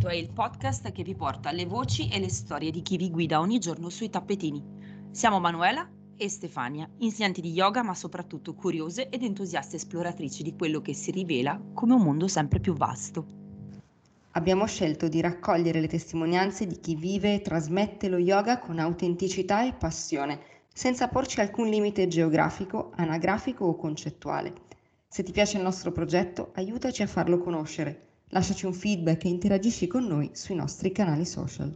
è il podcast che vi porta le voci e le storie di chi vi guida ogni giorno sui tappetini. Siamo Manuela e Stefania, insegnanti di yoga ma soprattutto curiose ed entusiaste esploratrici di quello che si rivela come un mondo sempre più vasto. Abbiamo scelto di raccogliere le testimonianze di chi vive e trasmette lo yoga con autenticità e passione, senza porci alcun limite geografico, anagrafico o concettuale. Se ti piace il nostro progetto, aiutaci a farlo conoscere. Lasciaci un feedback e interagisci con noi sui nostri canali social.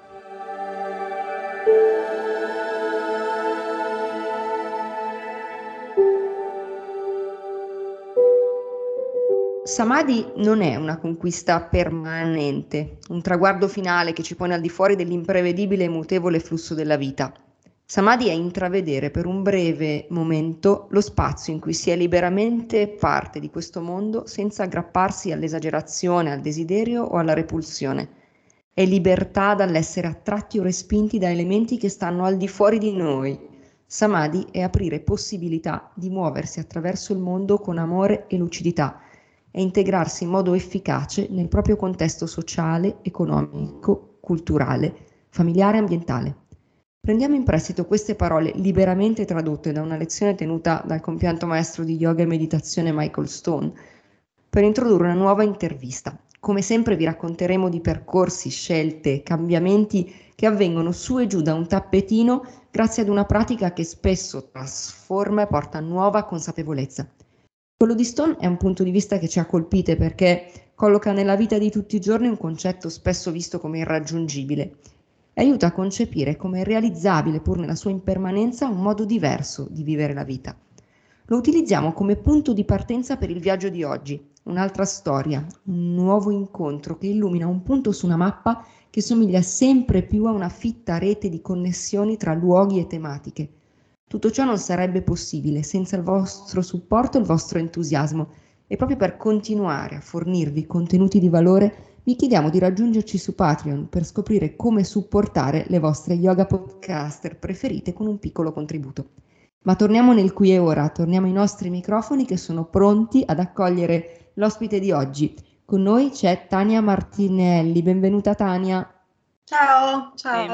Samadhi non è una conquista permanente, un traguardo finale che ci pone al di fuori dell'imprevedibile e mutevole flusso della vita. Samadhi è intravedere per un breve momento lo spazio in cui si è liberamente parte di questo mondo senza aggrapparsi all'esagerazione, al desiderio o alla repulsione. È libertà dall'essere attratti o respinti da elementi che stanno al di fuori di noi. Samadhi è aprire possibilità di muoversi attraverso il mondo con amore e lucidità e integrarsi in modo efficace nel proprio contesto sociale, economico, culturale, familiare e ambientale. Prendiamo in prestito queste parole liberamente tradotte da una lezione tenuta dal compianto maestro di yoga e meditazione Michael Stone per introdurre una nuova intervista. Come sempre vi racconteremo di percorsi, scelte, cambiamenti che avvengono su e giù da un tappetino grazie ad una pratica che spesso trasforma e porta nuova consapevolezza. Quello di Stone è un punto di vista che ci ha colpite perché colloca nella vita di tutti i giorni un concetto spesso visto come irraggiungibile e aiuta a concepire come realizzabile, pur nella sua impermanenza, un modo diverso di vivere la vita. Lo utilizziamo come punto di partenza per il viaggio di oggi, un'altra storia, un nuovo incontro che illumina un punto su una mappa che somiglia sempre più a una fitta rete di connessioni tra luoghi e tematiche. Tutto ciò non sarebbe possibile senza il vostro supporto e il vostro entusiasmo e proprio per continuare a fornirvi contenuti di valore vi chiediamo di raggiungerci su Patreon per scoprire come supportare le vostre yoga podcaster preferite con un piccolo contributo. Ma torniamo nel qui e ora, torniamo ai nostri microfoni che sono pronti ad accogliere l'ospite di oggi. Con noi c'è Tania Martinelli, benvenuta Tania. Ciao,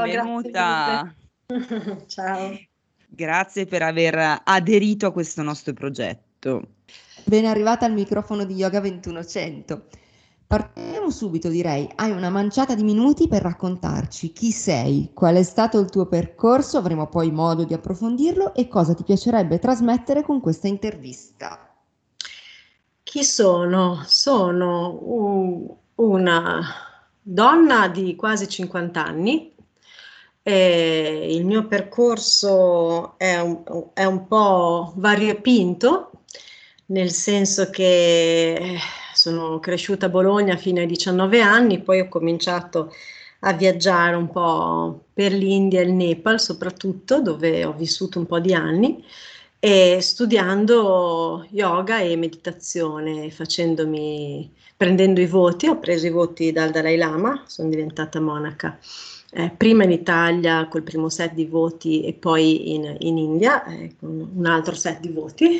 Benvenuta. Grazie mille. Ciao. Grazie per aver aderito a questo nostro progetto. Ben arrivata al microfono di Yoga 2100. Partiamo subito, direi. Hai una manciata di minuti per raccontarci chi sei, qual è stato il tuo percorso, avremo poi modo di approfondirlo e cosa ti piacerebbe trasmettere con questa intervista. Chi sono? Sono una donna di quasi 50 anni. Il mio percorso è un po' variopinto, nel senso che sono cresciuta a Bologna fino ai 19 anni, poi ho cominciato a viaggiare un po' per l'India e il Nepal soprattutto, dove ho vissuto un po' di anni, e studiando yoga e meditazione, prendendo i voti. Ho preso i voti dal Dalai Lama, sono diventata monaca. Prima in Italia col primo set di voti e poi in India con un altro set di voti.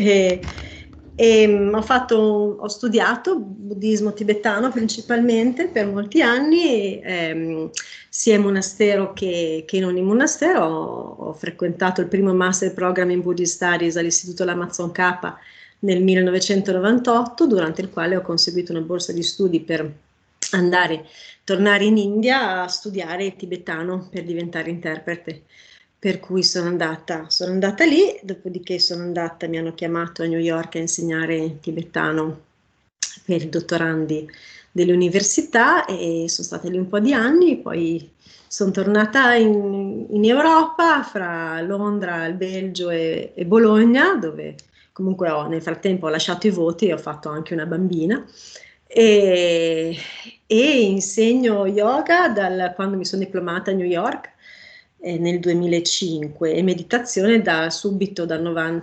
Ho studiato buddismo tibetano principalmente per molti anni, sia in monastero che non in monastero. Ho frequentato il primo master program in Buddhist Studies all'Istituto Lamazon K nel 1998, durante il quale ho conseguito una borsa di studi per tornare in India a studiare il tibetano per diventare interprete. Per cui sono andata lì, dopodiché mi hanno chiamato a New York a insegnare tibetano per i dottorandi delle università e sono stata lì un po' di anni, poi sono tornata in Europa, fra Londra, il Belgio e Bologna, dove comunque nel frattempo ho lasciato i voti e ho fatto anche una bambina. E insegno yoga quando mi sono diplomata a New York nel 2005 e meditazione subito dal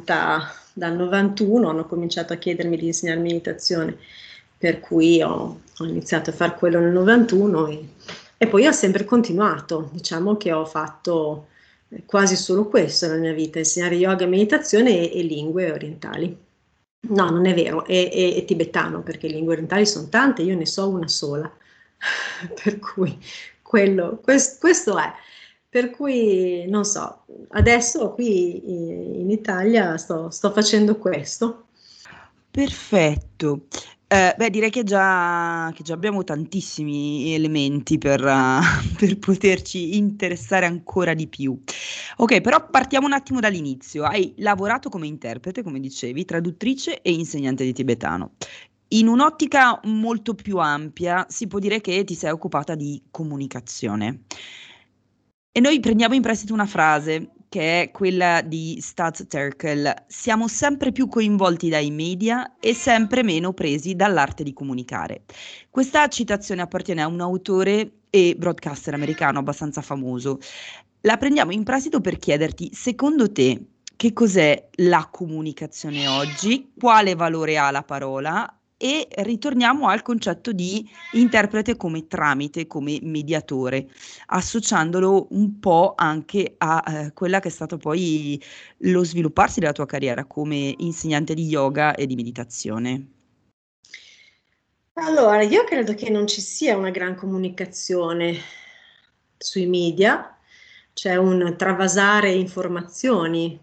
91 hanno cominciato a chiedermi di insegnare meditazione, per cui ho iniziato a fare quello nel 91 e poi ho sempre continuato. Diciamo che ho fatto quasi solo questo nella mia vita: insegnare yoga, meditazione e lingue orientali. No, non è vero, è tibetano, perché lingue orientali sono tante, io ne so una sola. Per cui questo è. Per cui non so, adesso qui in Italia sto facendo questo. Perfetto. Beh, direi che già abbiamo tantissimi elementi per poterci interessare ancora di più. Ok, però partiamo un attimo dall'inizio. Hai lavorato come interprete, come dicevi, traduttrice e insegnante di tibetano. In un'ottica molto più ampia, si può dire che ti sei occupata di comunicazione. E noi prendiamo in prestito una frase che è quella di Stas Terkel: siamo sempre più coinvolti dai media e sempre meno presi dall'arte di comunicare. Questa citazione appartiene a un autore e broadcaster americano abbastanza famoso. La prendiamo in prestito per chiederti, secondo te, che cos'è la comunicazione oggi? Quale valore ha la parola? E ritorniamo al concetto di interprete come tramite, come mediatore, associandolo un po' anche a quella che è stato poi lo svilupparsi della tua carriera come insegnante di yoga e di meditazione. Allora, io credo che non ci sia una gran comunicazione sui media, c'è un travasare informazioni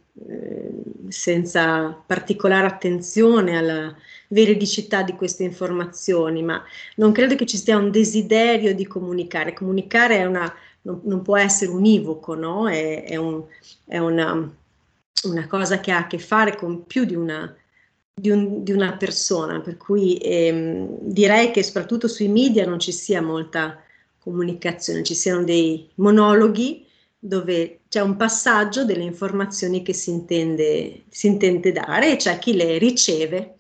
senza particolare attenzione alla veridicità di queste informazioni, ma non credo che ci sia un desiderio di comunicare. Comunicare non può essere univoco, no? È una cosa che ha a che fare con più di una persona, per cui direi che soprattutto sui media non ci sia molta comunicazione, ci siano dei monologhi dove c'è un passaggio delle informazioni che si intende dare e c'è chi le riceve,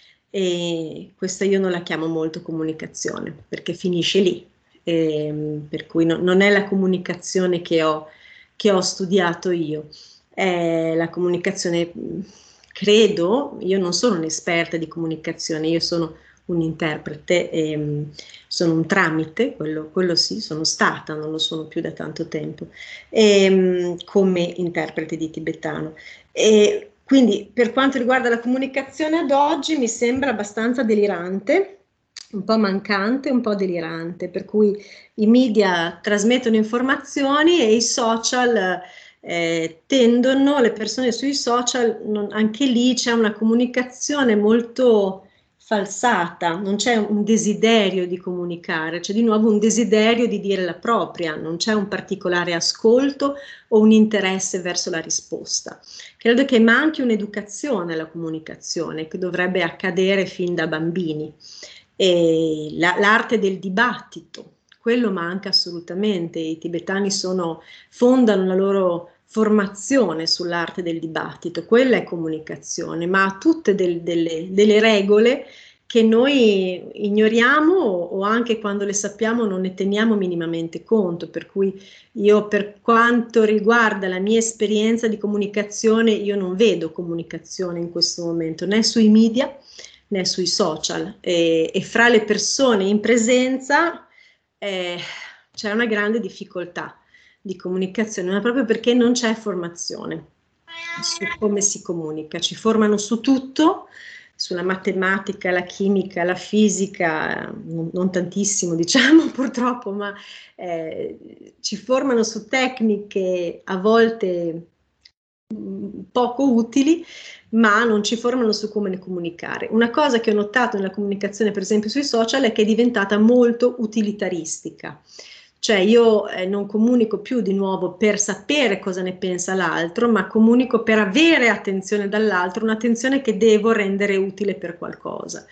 e questa io non la chiamo molto comunicazione perché finisce lì. Per cui non è la comunicazione che ho studiato io, è la comunicazione, credo. Io non sono un'esperta di comunicazione, io sono un interprete, sono un tramite, quello sì, sono stata, non lo sono più da tanto tempo, come interprete di tibetano. E quindi per quanto riguarda la comunicazione ad oggi mi sembra abbastanza delirante, un po' mancante, un po' delirante, per cui i media trasmettono informazioni e i social tendono, le persone sui social, anche lì c'è una comunicazione molto falsata, non c'è un desiderio di comunicare, c'è di nuovo un desiderio di dire la propria, non c'è un particolare ascolto o un interesse verso la risposta. Credo che manchi un'educazione alla comunicazione che dovrebbe accadere fin da bambini. E l'arte del dibattito, quello manca assolutamente. I tibetani fondano la loro formazione sull'arte del dibattito, quella è comunicazione, ma ha tutte delle regole che noi ignoriamo o anche quando le sappiamo non ne teniamo minimamente conto, per cui io, per quanto riguarda la mia esperienza di comunicazione, io non vedo comunicazione in questo momento, né sui media né sui social, e fra le persone in presenza c'è una grande difficoltà di comunicazione, ma proprio perché non c'è formazione su come si comunica. Ci formano su tutto, sulla matematica, la chimica, la fisica, non tantissimo diciamo purtroppo, ma ci formano su tecniche a volte poco utili, ma non ci formano su come comunicare. Una cosa che ho notato nella comunicazione, per esempio sui social, è che è diventata molto utilitaristica. Cioè io non comunico più di nuovo per sapere cosa ne pensa l'altro, ma comunico per avere attenzione dall'altro, un'attenzione che devo rendere utile per qualcosa.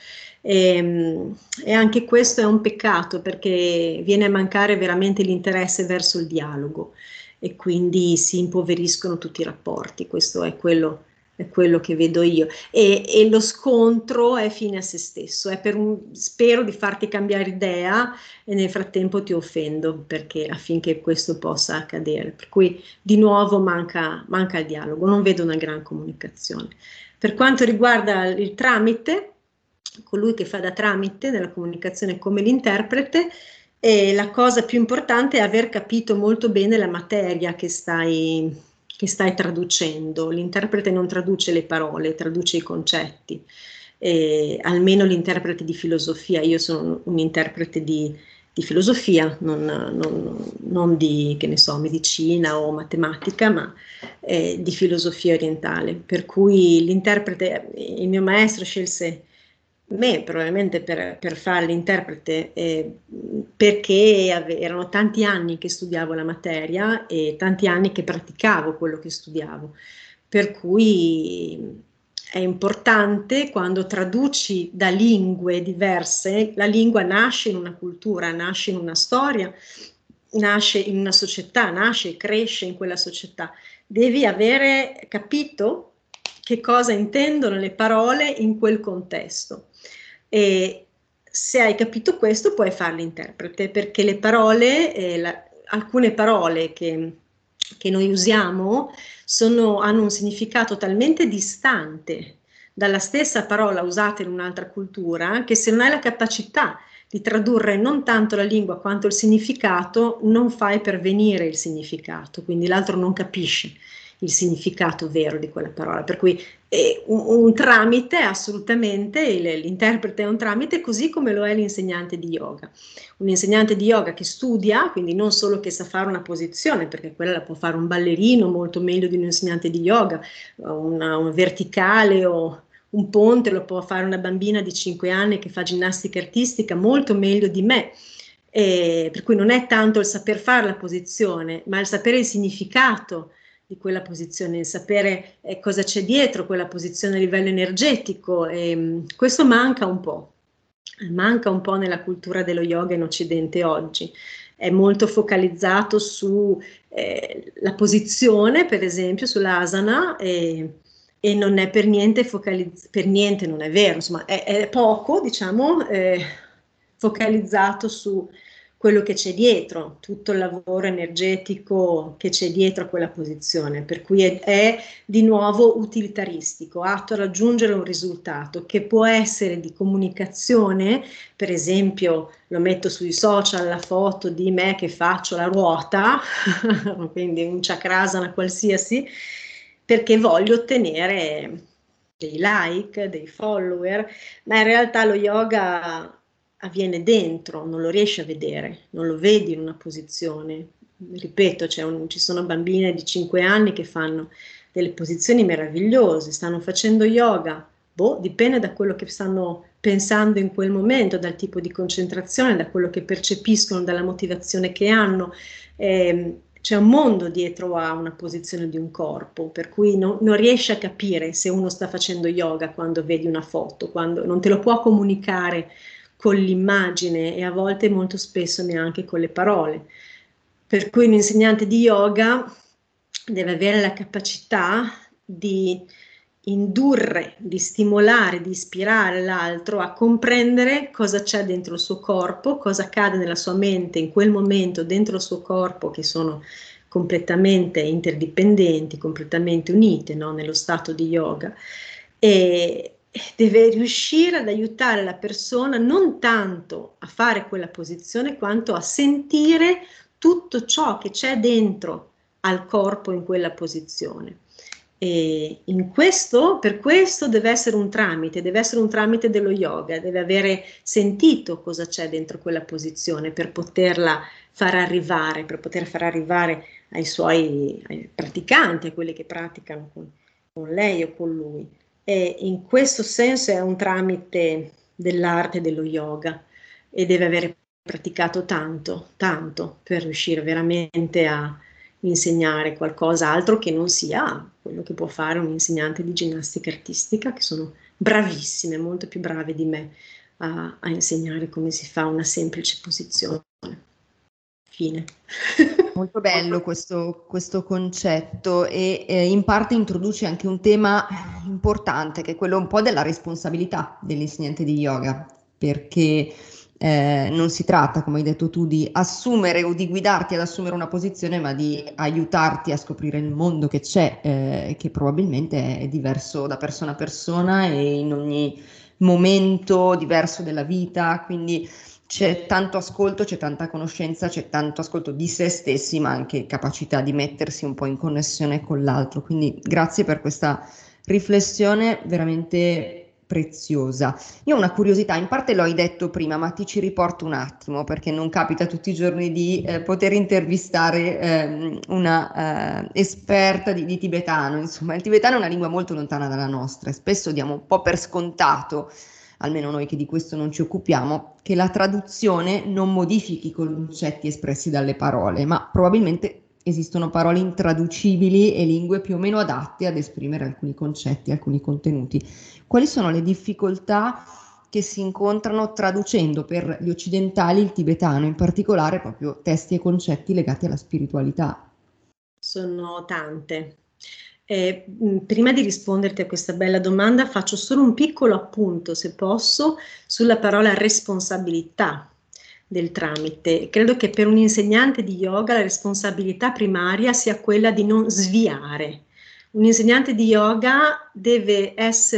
E anche questo è un peccato, perché viene a mancare veramente l'interesse verso il dialogo e quindi si impoveriscono tutti i rapporti. Questo è quello che vedo io, e lo scontro è fine a se stesso, spero di farti cambiare idea e nel frattempo ti offendo perché affinché questo possa accadere, per cui di nuovo manca il dialogo, non vedo una gran comunicazione. Per quanto riguarda il tramite, colui che fa da tramite nella comunicazione come l'interprete, la cosa più importante è aver capito molto bene la materia che stai traducendo. L'interprete non traduce le parole, traduce i concetti. Almeno l'interprete di filosofia. Io sono un interprete di di filosofia, non di, che ne so, medicina o matematica, ma di filosofia orientale. Per cui l'interprete, il mio maestro scelse me probabilmente per fare l'interprete, perché erano tanti anni che studiavo la materia e tanti anni che praticavo quello che studiavo, per cui è importante quando traduci da lingue diverse. La lingua nasce in una cultura, nasce in una storia, nasce in una società, nasce e cresce in quella società. Devi avere capito che cosa intendono le parole in quel contesto. E se hai capito questo, puoi fare l'interprete, perché le parole, alcune parole che noi usiamo hanno un significato talmente distante dalla stessa parola usata in un'altra cultura, che se non hai la capacità di tradurre non tanto la lingua quanto il significato, non fai pervenire il significato, quindi l'altro non capisce il significato vero di quella parola. Per cui un tramite, assolutamente, l'interprete è un tramite, così come lo è l'insegnante di yoga. Un insegnante di yoga che studia, quindi non solo che sa fare una posizione, perché quella la può fare un ballerino molto meglio di un insegnante di yoga, una verticale o un ponte lo può fare una bambina di 5 anni che fa ginnastica artistica molto meglio di me. Per cui non è tanto il saper fare la posizione, ma il sapere il significato di quella posizione, il sapere cosa c'è dietro quella posizione a livello energetico. Questo manca un po' nella cultura dello yoga in Occidente oggi. È molto focalizzato su la posizione, per esempio, sull'asana, e non è per niente per niente non è vero, insomma, è poco, diciamo, focalizzato su quello che c'è dietro, tutto il lavoro energetico che c'è dietro a quella posizione, per cui è di nuovo utilitaristico, atto a raggiungere un risultato che può essere di comunicazione. Per esempio, lo metto sui social la foto di me che faccio la ruota, quindi un chakrasana qualsiasi, perché voglio ottenere dei like, dei follower, ma in realtà lo yoga avviene dentro, non lo riesci a vedere, non lo vedi in una posizione. Ripeto, ci sono bambine di 5 anni che fanno delle posizioni meravigliose, stanno facendo yoga, dipende da quello che stanno pensando in quel momento, dal tipo di concentrazione, da quello che percepiscono, dalla motivazione che hanno. C'è un mondo dietro a una posizione di un corpo, per cui non riesci a capire se uno sta facendo yoga quando vedi una foto, quando non te lo può comunicare con l'immagine e a volte molto spesso neanche con le parole. Per cui un insegnante di yoga deve avere la capacità di indurre, di stimolare, di ispirare l'altro a comprendere cosa c'è dentro il suo corpo, cosa accade nella sua mente in quel momento dentro il suo corpo, che sono completamente interdipendenti, completamente unite, no? Nello stato di yoga. E deve riuscire ad aiutare la persona non tanto a fare quella posizione quanto a sentire tutto ciò che c'è dentro al corpo in quella posizione. E per questo deve essere un tramite dello yoga, deve avere sentito cosa c'è dentro quella posizione per poter far arrivare ai praticanti, a quelli che praticano con lei o con lui. E in questo senso è un tramite dell'arte dello yoga e deve aver praticato tanto, tanto per riuscire veramente a insegnare qualcos'altro che non sia quello che può fare un insegnante di ginnastica artistica, che sono bravissime, molto più brave di me a insegnare come si fa una semplice posizione. Fine. Molto bello questo concetto e in parte introduce anche un tema importante, che è quello un po' della responsabilità dell'insegnante di yoga, perché non si tratta, come hai detto tu, di assumere o di guidarti ad assumere una posizione, ma di aiutarti a scoprire il mondo che c'è, che probabilmente è diverso da persona a persona e in ogni momento diverso della vita, quindi c'è tanto ascolto, c'è tanta conoscenza, c'è tanto ascolto di se stessi, ma anche capacità di mettersi un po' in connessione con l'altro. Quindi grazie per questa riflessione veramente preziosa. Io ho una curiosità, in parte lo hai detto prima, ma ti ci riporto un attimo, perché non capita tutti i giorni di poter intervistare una esperta di tibetano. Insomma, il tibetano è una lingua molto lontana dalla nostra e spesso diamo un po' per scontato, almeno noi che di questo non ci occupiamo, che la traduzione non modifichi i concetti espressi dalle parole, ma probabilmente esistono parole intraducibili e lingue più o meno adatte ad esprimere alcuni concetti, alcuni contenuti. Quali sono le difficoltà che si incontrano traducendo per gli occidentali il tibetano, in particolare proprio testi e concetti legati alla spiritualità? Sono tante. Prima di risponderti a questa bella domanda, faccio solo un piccolo appunto, se posso, sulla parola responsabilità del tramite. Credo che per un insegnante di yoga la responsabilità primaria sia quella di non sviare. Un insegnante di yoga deve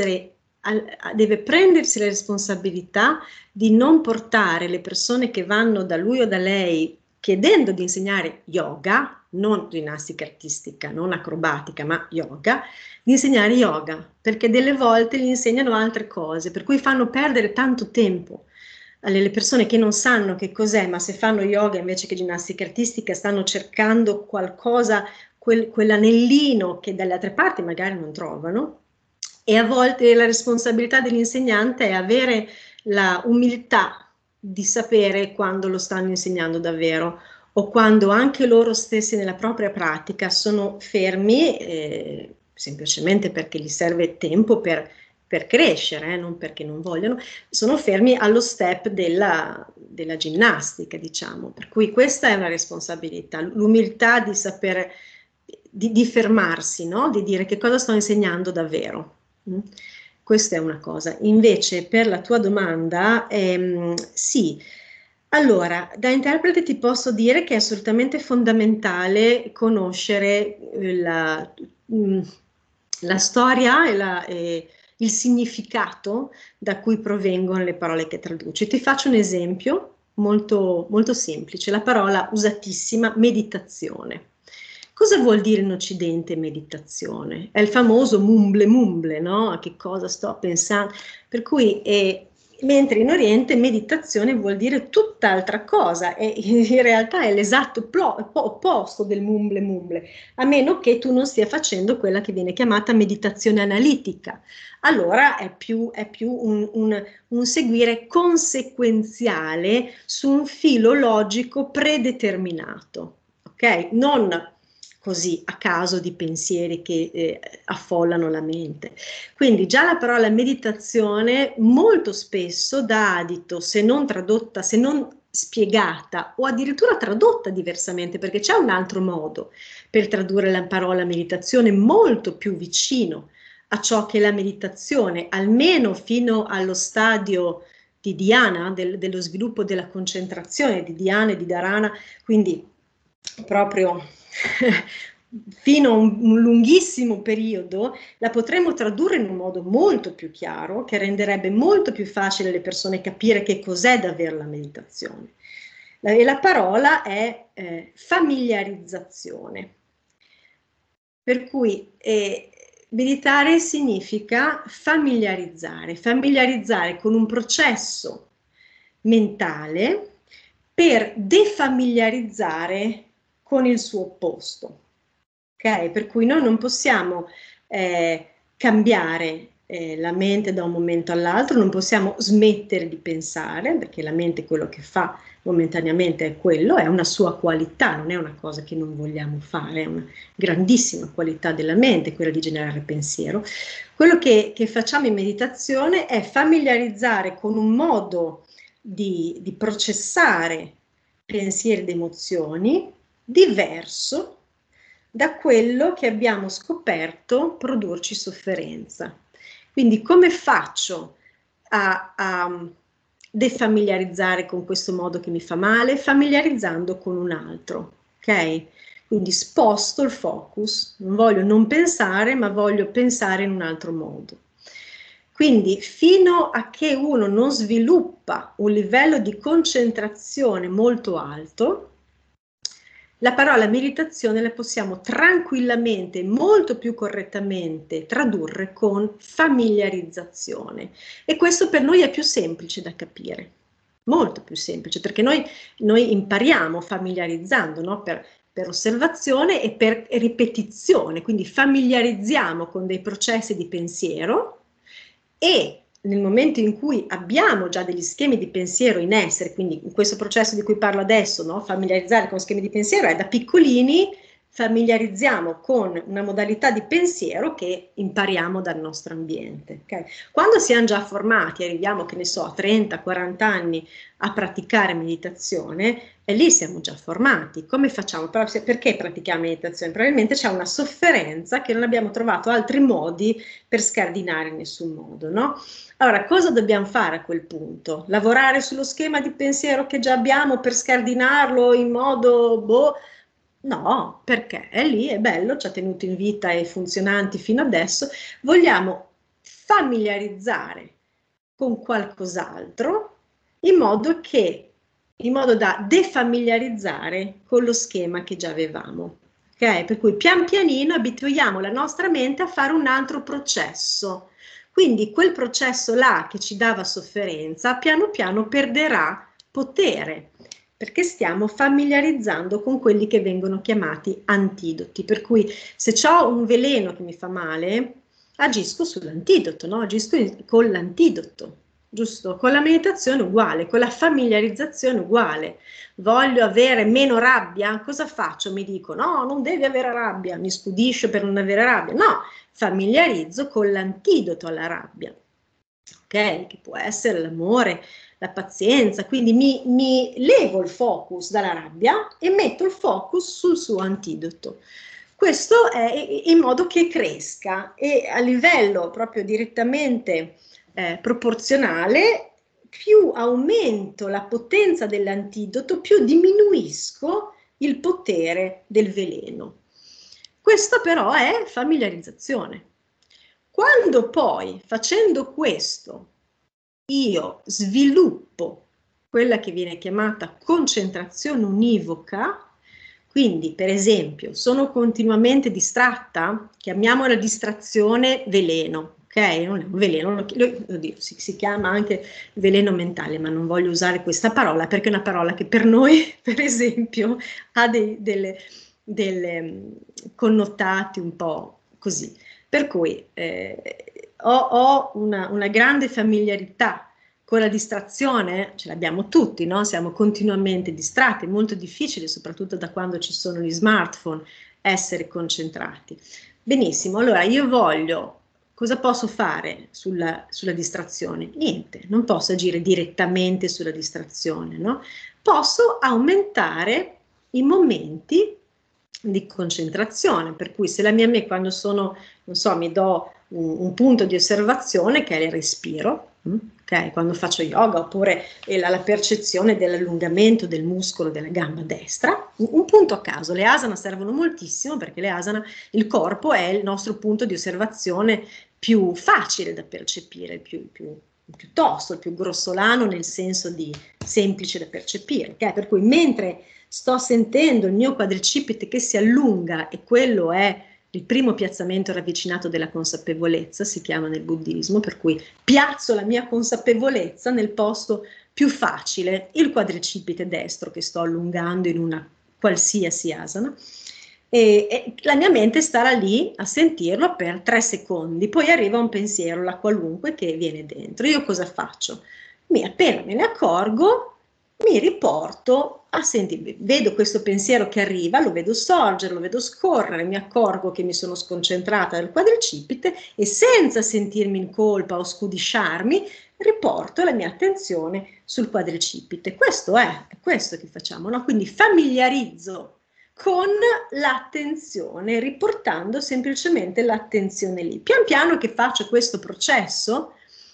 prendersi la responsabilità di non portare le persone che vanno da lui o da lei chiedendo di insegnare yoga, non ginnastica artistica, non acrobatica, ma yoga, di insegnare yoga, perché delle volte gli insegnano altre cose, per cui fanno perdere tanto tempo alle persone che non sanno che cos'è, ma se fanno yoga invece che ginnastica artistica stanno cercando qualcosa, quell'anellino che dalle altre parti magari non trovano. E a volte la responsabilità dell'insegnante è avere la umiltà di sapere quando lo stanno insegnando davvero o quando anche loro stessi nella propria pratica sono fermi, semplicemente perché gli serve tempo per crescere, non perché non vogliono, sono fermi allo step della ginnastica, diciamo. Per cui questa è una responsabilità, l'umiltà di sapere, di fermarsi, no? Di dire che cosa sto insegnando davvero. Questa è una cosa. Invece per la tua domanda, sì, allora da interprete ti posso dire che è assolutamente fondamentale conoscere la storia e il significato da cui provengono le parole che traduci. Ti faccio un esempio molto, molto semplice, la parola usatissima meditazione. Cosa vuol dire in Occidente meditazione? È il famoso mumble mumble, no? A che cosa sto pensando? Per cui, mentre in Oriente meditazione vuol dire tutt'altra cosa e in realtà è l'esatto opposto del mumble mumble, a meno che tu non stia facendo quella che viene chiamata meditazione analitica. Allora è più un seguire conseguenziale su un filo logico predeterminato, ok? Non così a caso di pensieri che affollano la mente. Quindi già la parola meditazione molto spesso dà adito, se non tradotta, se non spiegata o addirittura tradotta diversamente, perché c'è un altro modo per tradurre la parola meditazione molto più vicino a ciò che è la meditazione, almeno fino allo stadio di dhyana, dello sviluppo della concentrazione, di dhyana e di dharana, quindi proprio fino a un lunghissimo periodo, la potremmo tradurre in un modo molto più chiaro, che renderebbe molto più facile alle persone capire che cos'è davvero la meditazione. E la parola è familiarizzazione. Per cui meditare significa familiarizzare con un processo mentale per defamiliarizzare con il suo opposto. Ok? Per cui noi non possiamo cambiare la mente da un momento all'altro, non possiamo smettere di pensare, perché la mente quello che fa momentaneamente è quello, è una sua qualità, non è una cosa che non vogliamo fare, è una grandissima qualità della mente, quella di generare pensiero. Quello che facciamo in meditazione è familiarizzare con un modo di processare pensieri ed emozioni diverso da quello che abbiamo scoperto produrci sofferenza. Quindi come faccio a defamiliarizzare con questo modo che mi fa male? Familiarizzando con un altro, ok? Quindi sposto il focus, non voglio non pensare, ma voglio pensare in un altro modo. Quindi fino a che uno non sviluppa un livello di concentrazione molto alto, La parola meditazione la possiamo tranquillamente, molto più correttamente tradurre con familiarizzazione, e questo per noi è più semplice da capire, molto più semplice, perché noi impariamo familiarizzando, no? Per osservazione e per ripetizione, quindi familiarizziamo con dei processi di pensiero, e nel momento in cui abbiamo già degli schemi di pensiero in essere, quindi in questo processo di cui parlo adesso, no? Familiarizzare con schemi di pensiero, è da piccolini familiarizziamo con una modalità di pensiero che impariamo dal nostro ambiente. Okay? Quando siamo già formati, arriviamo, che ne so, a 30-40 anni a praticare meditazione, e lì siamo già formati. Come facciamo? Perché pratichiamo meditazione? Probabilmente c'è una sofferenza che non abbiamo trovato altri modi per scardinare in nessun modo, no? Allora, cosa dobbiamo fare a quel punto? Lavorare sullo schema di pensiero che già abbiamo per scardinarlo in modo, boh? No, perché è lì, è bello, ci ha tenuto in vita e funzionanti fino adesso. Vogliamo familiarizzare con qualcos'altro in modo da defamiliarizzare con lo schema che già avevamo. Ok? Per cui pian pianino abituiamo la nostra mente a fare un altro processo. Quindi quel processo là che ci dava sofferenza, piano piano perderà potere, perché stiamo familiarizzando con quelli che vengono chiamati antidoti. Per cui se ho un veleno che mi fa male, agisco sull'antidoto, no? Agisco con l'antidoto, giusto? Con la meditazione uguale, con la familiarizzazione uguale. Voglio avere meno rabbia? Cosa faccio? Mi dico, no, non devi avere rabbia, mi scudiscio per non avere rabbia. No, familiarizzo con l'antidoto alla rabbia, ok? Che può essere l'amore, la pazienza, quindi mi levo il focus dalla rabbia e metto il focus sul suo antidoto. Questo è in modo che cresca, e a livello proprio direttamente proporzionale, più aumento la potenza dell'antidoto, più diminuisco il potere del veleno. Questo però è familiarizzazione. Quando poi, facendo questo, io sviluppo quella che viene chiamata concentrazione univoca, quindi per esempio sono continuamente distratta, chiamiamola distrazione veleno, ok? Non è un veleno, oddio, si chiama anche veleno mentale, ma non voglio usare questa parola perché è una parola che per noi, per esempio, ha delle connotati un po' così. Per cui ho una grande familiarità con la distrazione, ce l'abbiamo tutti, no? Siamo continuamente distratti, è molto difficile, soprattutto da quando ci sono gli smartphone, essere concentrati. Benissimo, allora io voglio, cosa posso fare sulla distrazione? Niente, non posso agire direttamente sulla distrazione, no? Posso aumentare i momenti di concentrazione, per cui se la mia mente, quando sono, non so, mi do un punto di osservazione che è il respiro, ok? Quando faccio yoga, oppure la percezione dell'allungamento del muscolo della gamba destra, un punto a caso. Le asana servono moltissimo perché le asana, il corpo è il nostro punto di osservazione più facile da percepire, più tosto, il più grossolano nel senso di semplice da percepire, ok? Per cui mentre sto sentendo il mio quadricipite che si allunga, e quello è il primo piazzamento ravvicinato della consapevolezza, si chiama nel buddismo, per cui piazzo la mia consapevolezza nel posto più facile, il quadricipite destro che sto allungando in una qualsiasi asana, e la mia mente starà lì a sentirlo per 3 secondi, poi arriva un pensiero, la qualunque, che viene dentro. Io cosa faccio? Appena me ne accorgo, mi riporto a sentire, vedo questo pensiero che arriva, lo vedo sorgere, lo vedo scorrere, mi accorgo che mi sono sconcentrata nel quadricipite, e senza sentirmi in colpa o scudisciarmi, riporto la mia attenzione sul quadricipite. Questo è questo che facciamo, no? Quindi familiarizzo con l'attenzione, riportando semplicemente l'attenzione lì. Pian piano che faccio questo processo,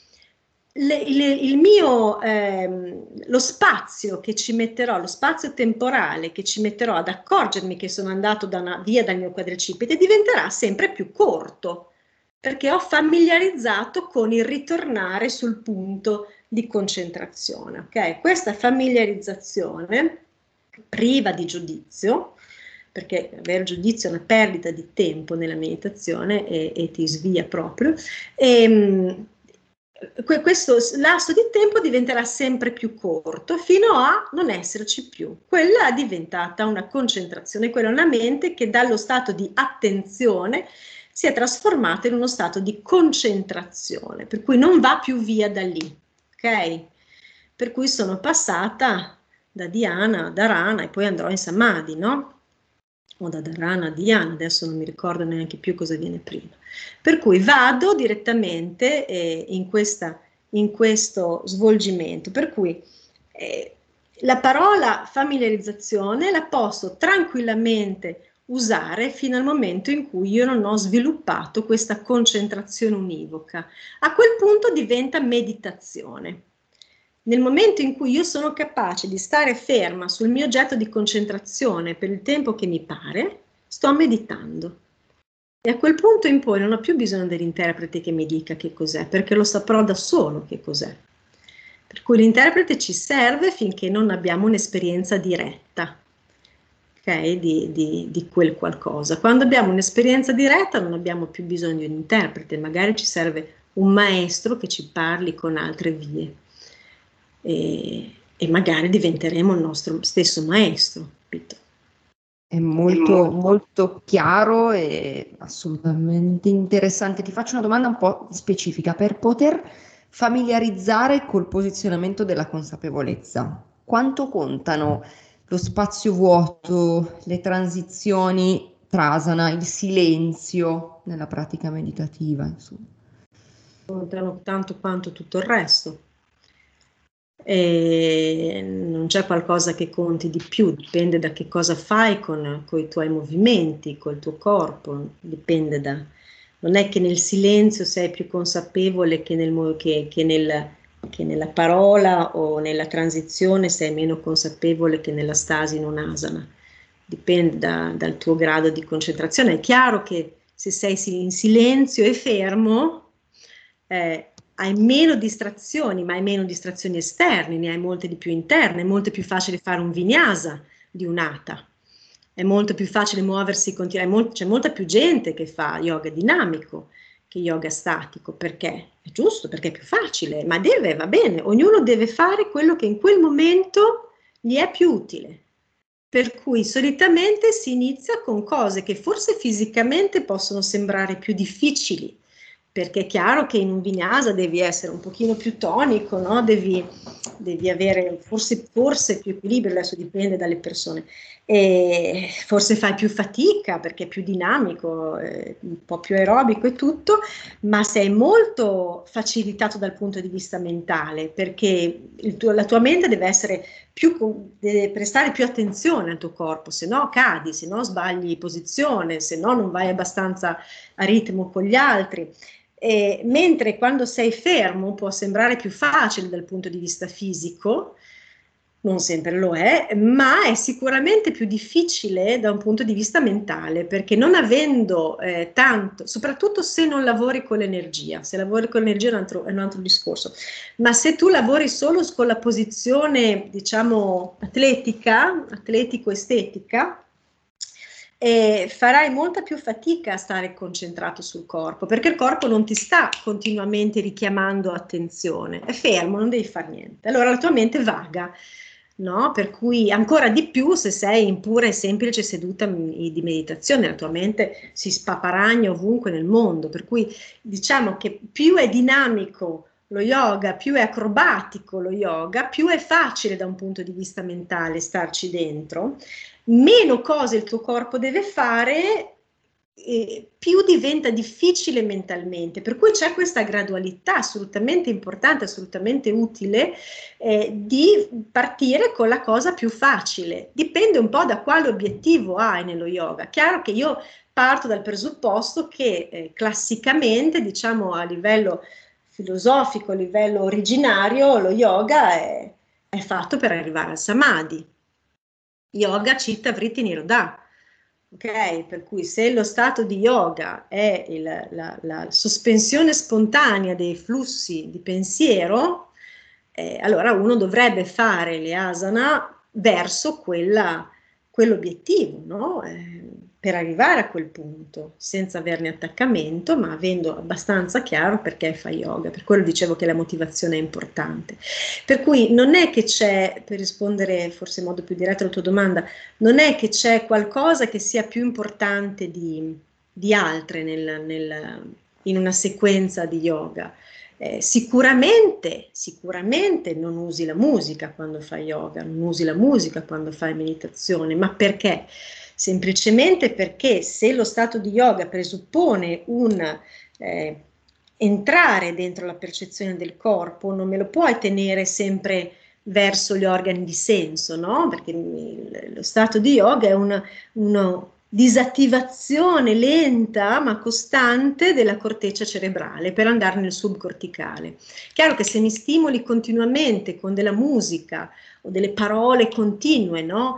lo spazio che ci metterò, lo spazio temporale che ci metterò ad accorgermi che sono andato via dal mio quadricipite, diventerà sempre più corto, perché ho familiarizzato con il ritornare sul punto di concentrazione. Okay? Questa familiarizzazione, priva di giudizio, perché avere giudizio è una perdita di tempo nella meditazione e ti svia proprio. Questo lasso di tempo diventerà sempre più corto fino a non esserci più. Quella è diventata una concentrazione, quella è una mente che dallo stato di attenzione si è trasformata in uno stato di concentrazione, per cui non va più via da lì, ok? Per cui sono passata da Dhyana a Dharana e poi andrò in Samadhi, no? O da Dharana a Dhyana, adesso non mi ricordo neanche più cosa viene prima. Per cui vado direttamente in questo svolgimento, per cui la parola familiarizzazione la posso tranquillamente usare fino al momento in cui io non ho sviluppato questa concentrazione univoca. A quel punto diventa meditazione. Nel momento in cui io sono capace di stare ferma sul mio oggetto di concentrazione per il tempo che mi pare, sto meditando. E a quel punto in poi non ho più bisogno dell'interprete che mi dica che cos'è, perché lo saprò da solo che cos'è. Per cui l'interprete ci serve finché non abbiamo un'esperienza diretta, okay, di quel qualcosa. Quando abbiamo un'esperienza diretta non abbiamo più bisogno di un interprete, magari ci serve un maestro che ci parli con altre vie. E magari diventeremo il nostro stesso maestro, capito? È molto, molto chiaro e assolutamente interessante. Ti faccio una domanda un po' specifica. Per poter familiarizzare col posizionamento della consapevolezza, quanto contano lo spazio vuoto, le transizioni trasana, il silenzio nella pratica meditativa, insomma? Contano tanto quanto tutto il resto. E non c'è qualcosa che conti di più, dipende da che cosa fai con i tuoi movimenti, col tuo corpo, dipende da... Non è che nel silenzio sei più consapevole che nella parola o nella transizione sei meno consapevole che nella stasi in un'asana. Dipende dal tuo grado di concentrazione. È chiaro che se sei in silenzio e fermo, hai meno distrazioni, ma hai meno distrazioni esterne, ne hai molte di più interne, è molto più facile fare un vinyasa di un hatha, è molto più facile muoversi, c'è molta più gente che fa yoga dinamico che yoga statico, perché? È giusto, perché è più facile, ma va bene, ognuno deve fare quello che in quel momento gli è più utile. Per cui solitamente si inizia con cose che forse fisicamente possono sembrare più difficili, perché è chiaro che in un vinyasa devi essere un pochino più tonico, no? Devi avere forse più equilibrio, adesso dipende dalle persone, e forse fai più fatica perché è più dinamico, un po' più aerobico e tutto, ma sei molto facilitato dal punto di vista mentale, perché la tua mente deve prestare più attenzione al tuo corpo, se no cadi, se no sbagli posizione, se no non vai abbastanza a ritmo con gli altri. Mentre quando sei fermo può sembrare più facile dal punto di vista fisico, non sempre lo è, ma è sicuramente più difficile da un punto di vista mentale, perché non avendo tanto, soprattutto se non lavori con l'energia, se lavori con l'energia è un altro discorso, ma se tu lavori solo con la posizione, diciamo, atletico-estetica, farai molta più fatica a stare concentrato sul corpo, perché il corpo non ti sta continuamente richiamando attenzione, è fermo, non devi fare niente. Allora la tua mente vaga, no? Per cui ancora di più se sei in pura e semplice seduta di meditazione, la tua mente si spaparagna ovunque nel mondo, per cui diciamo che più è dinamico lo yoga, più è acrobatico lo yoga, più è facile da un punto di vista mentale starci dentro, meno cose il tuo corpo deve fare, più diventa difficile mentalmente, per cui c'è questa gradualità assolutamente importante, assolutamente utile, di partire con la cosa più facile. Dipende un po' da quale obiettivo hai nello yoga. Chiaro che io parto dal presupposto che classicamente, diciamo a livello filosofico, a livello originario, lo yoga è fatto per arrivare al samadhi. Yoga citta vritti nirodha, ok? Per cui se lo stato di yoga è la sospensione spontanea dei flussi di pensiero, allora uno dovrebbe fare le asana verso quel quell'obiettivo, no? Per arrivare a quel punto, senza averne attaccamento, ma avendo abbastanza chiaro perché fa yoga. Per quello dicevo che la motivazione è importante. Per cui non è che c'è, per rispondere forse in modo più diretto alla tua domanda, non è che c'è qualcosa che sia più importante di altre in una sequenza di yoga. Sicuramente non usi la musica quando fai yoga, non usi la musica quando fai meditazione, ma perché? Semplicemente perché se lo stato di yoga presuppone un entrare dentro la percezione del corpo, non me lo puoi tenere sempre verso gli organi di senso, no? Perché lo stato di yoga è una disattivazione lenta ma costante della corteccia cerebrale per andare nel subcorticale. Chiaro che se mi stimoli continuamente con della musica o delle parole continue, no?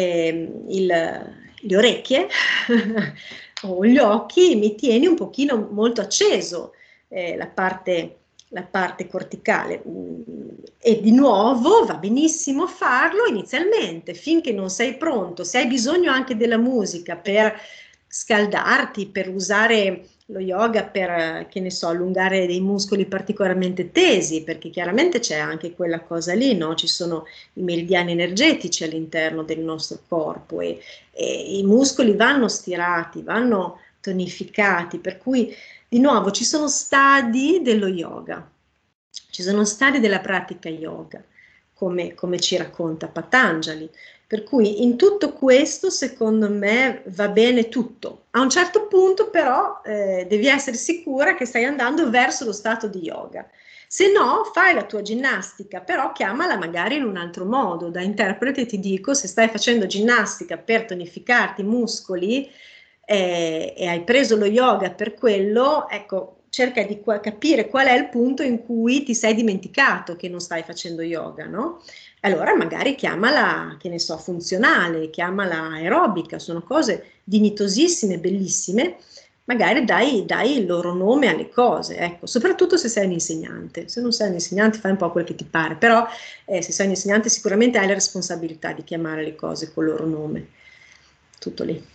Le orecchie o gli occhi, mi tieni un pochino molto acceso la parte corticale. E di nuovo va benissimo farlo inizialmente, finché non sei pronto. Se hai bisogno anche della musica per scaldarti, per usare lo yoga per, che ne so, allungare dei muscoli particolarmente tesi, perché chiaramente c'è anche quella cosa lì, no? Ci sono i meridiani energetici all'interno del nostro corpo e i muscoli vanno stirati, vanno tonificati, per cui di nuovo ci sono stadi dello yoga, ci sono stadi della pratica yoga, come ci racconta Patanjali. Per cui in tutto questo, secondo me, va bene tutto. A un certo punto, però, devi essere sicura che stai andando verso lo stato di yoga. Se no, fai la tua ginnastica, però chiamala magari in un altro modo. Da interprete ti dico, se stai facendo ginnastica per tonificarti i muscoli e hai preso lo yoga per quello, ecco, cerca di capire qual è il punto in cui ti sei dimenticato che non stai facendo yoga, no? Allora magari chiamala, che ne so, funzionale, chiamala aerobica, sono cose dignitosissime, bellissime, magari dai il loro nome alle cose, ecco, soprattutto se sei un insegnante. Se non sei un insegnante fai un po' quel che ti pare, però se sei un insegnante sicuramente hai la responsabilità di chiamare le cose col loro nome. Tutto lì.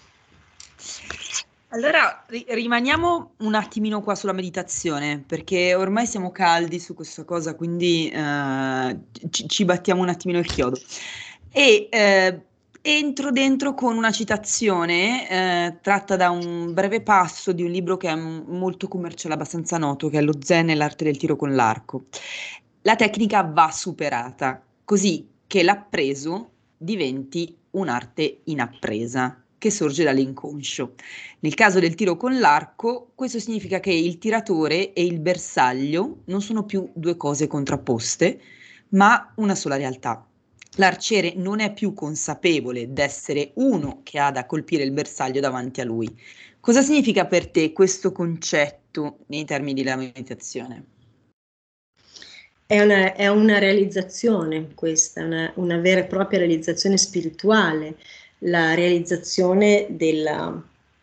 Allora rimaniamo un attimino qua sulla meditazione, perché ormai siamo caldi su questa cosa, quindi ci battiamo un attimino il chiodo. E entro dentro con una citazione tratta da un breve passo di un libro che è molto commerciale, abbastanza noto, che è Lo Zen e l'arte del tiro con l'arco. La tecnica va superata, così che l'appreso diventi un'arte inappresa, che sorge dall'inconscio. Nel caso del tiro con l'arco, questo significa che il tiratore e il bersaglio non sono più due cose contrapposte, ma una sola realtà. L'arciere non è più consapevole d'essere uno che ha da colpire il bersaglio davanti a lui. Cosa significa per te questo concetto nei termini della meditazione? È una realizzazione questa, una vera e propria realizzazione spirituale, la realizzazione della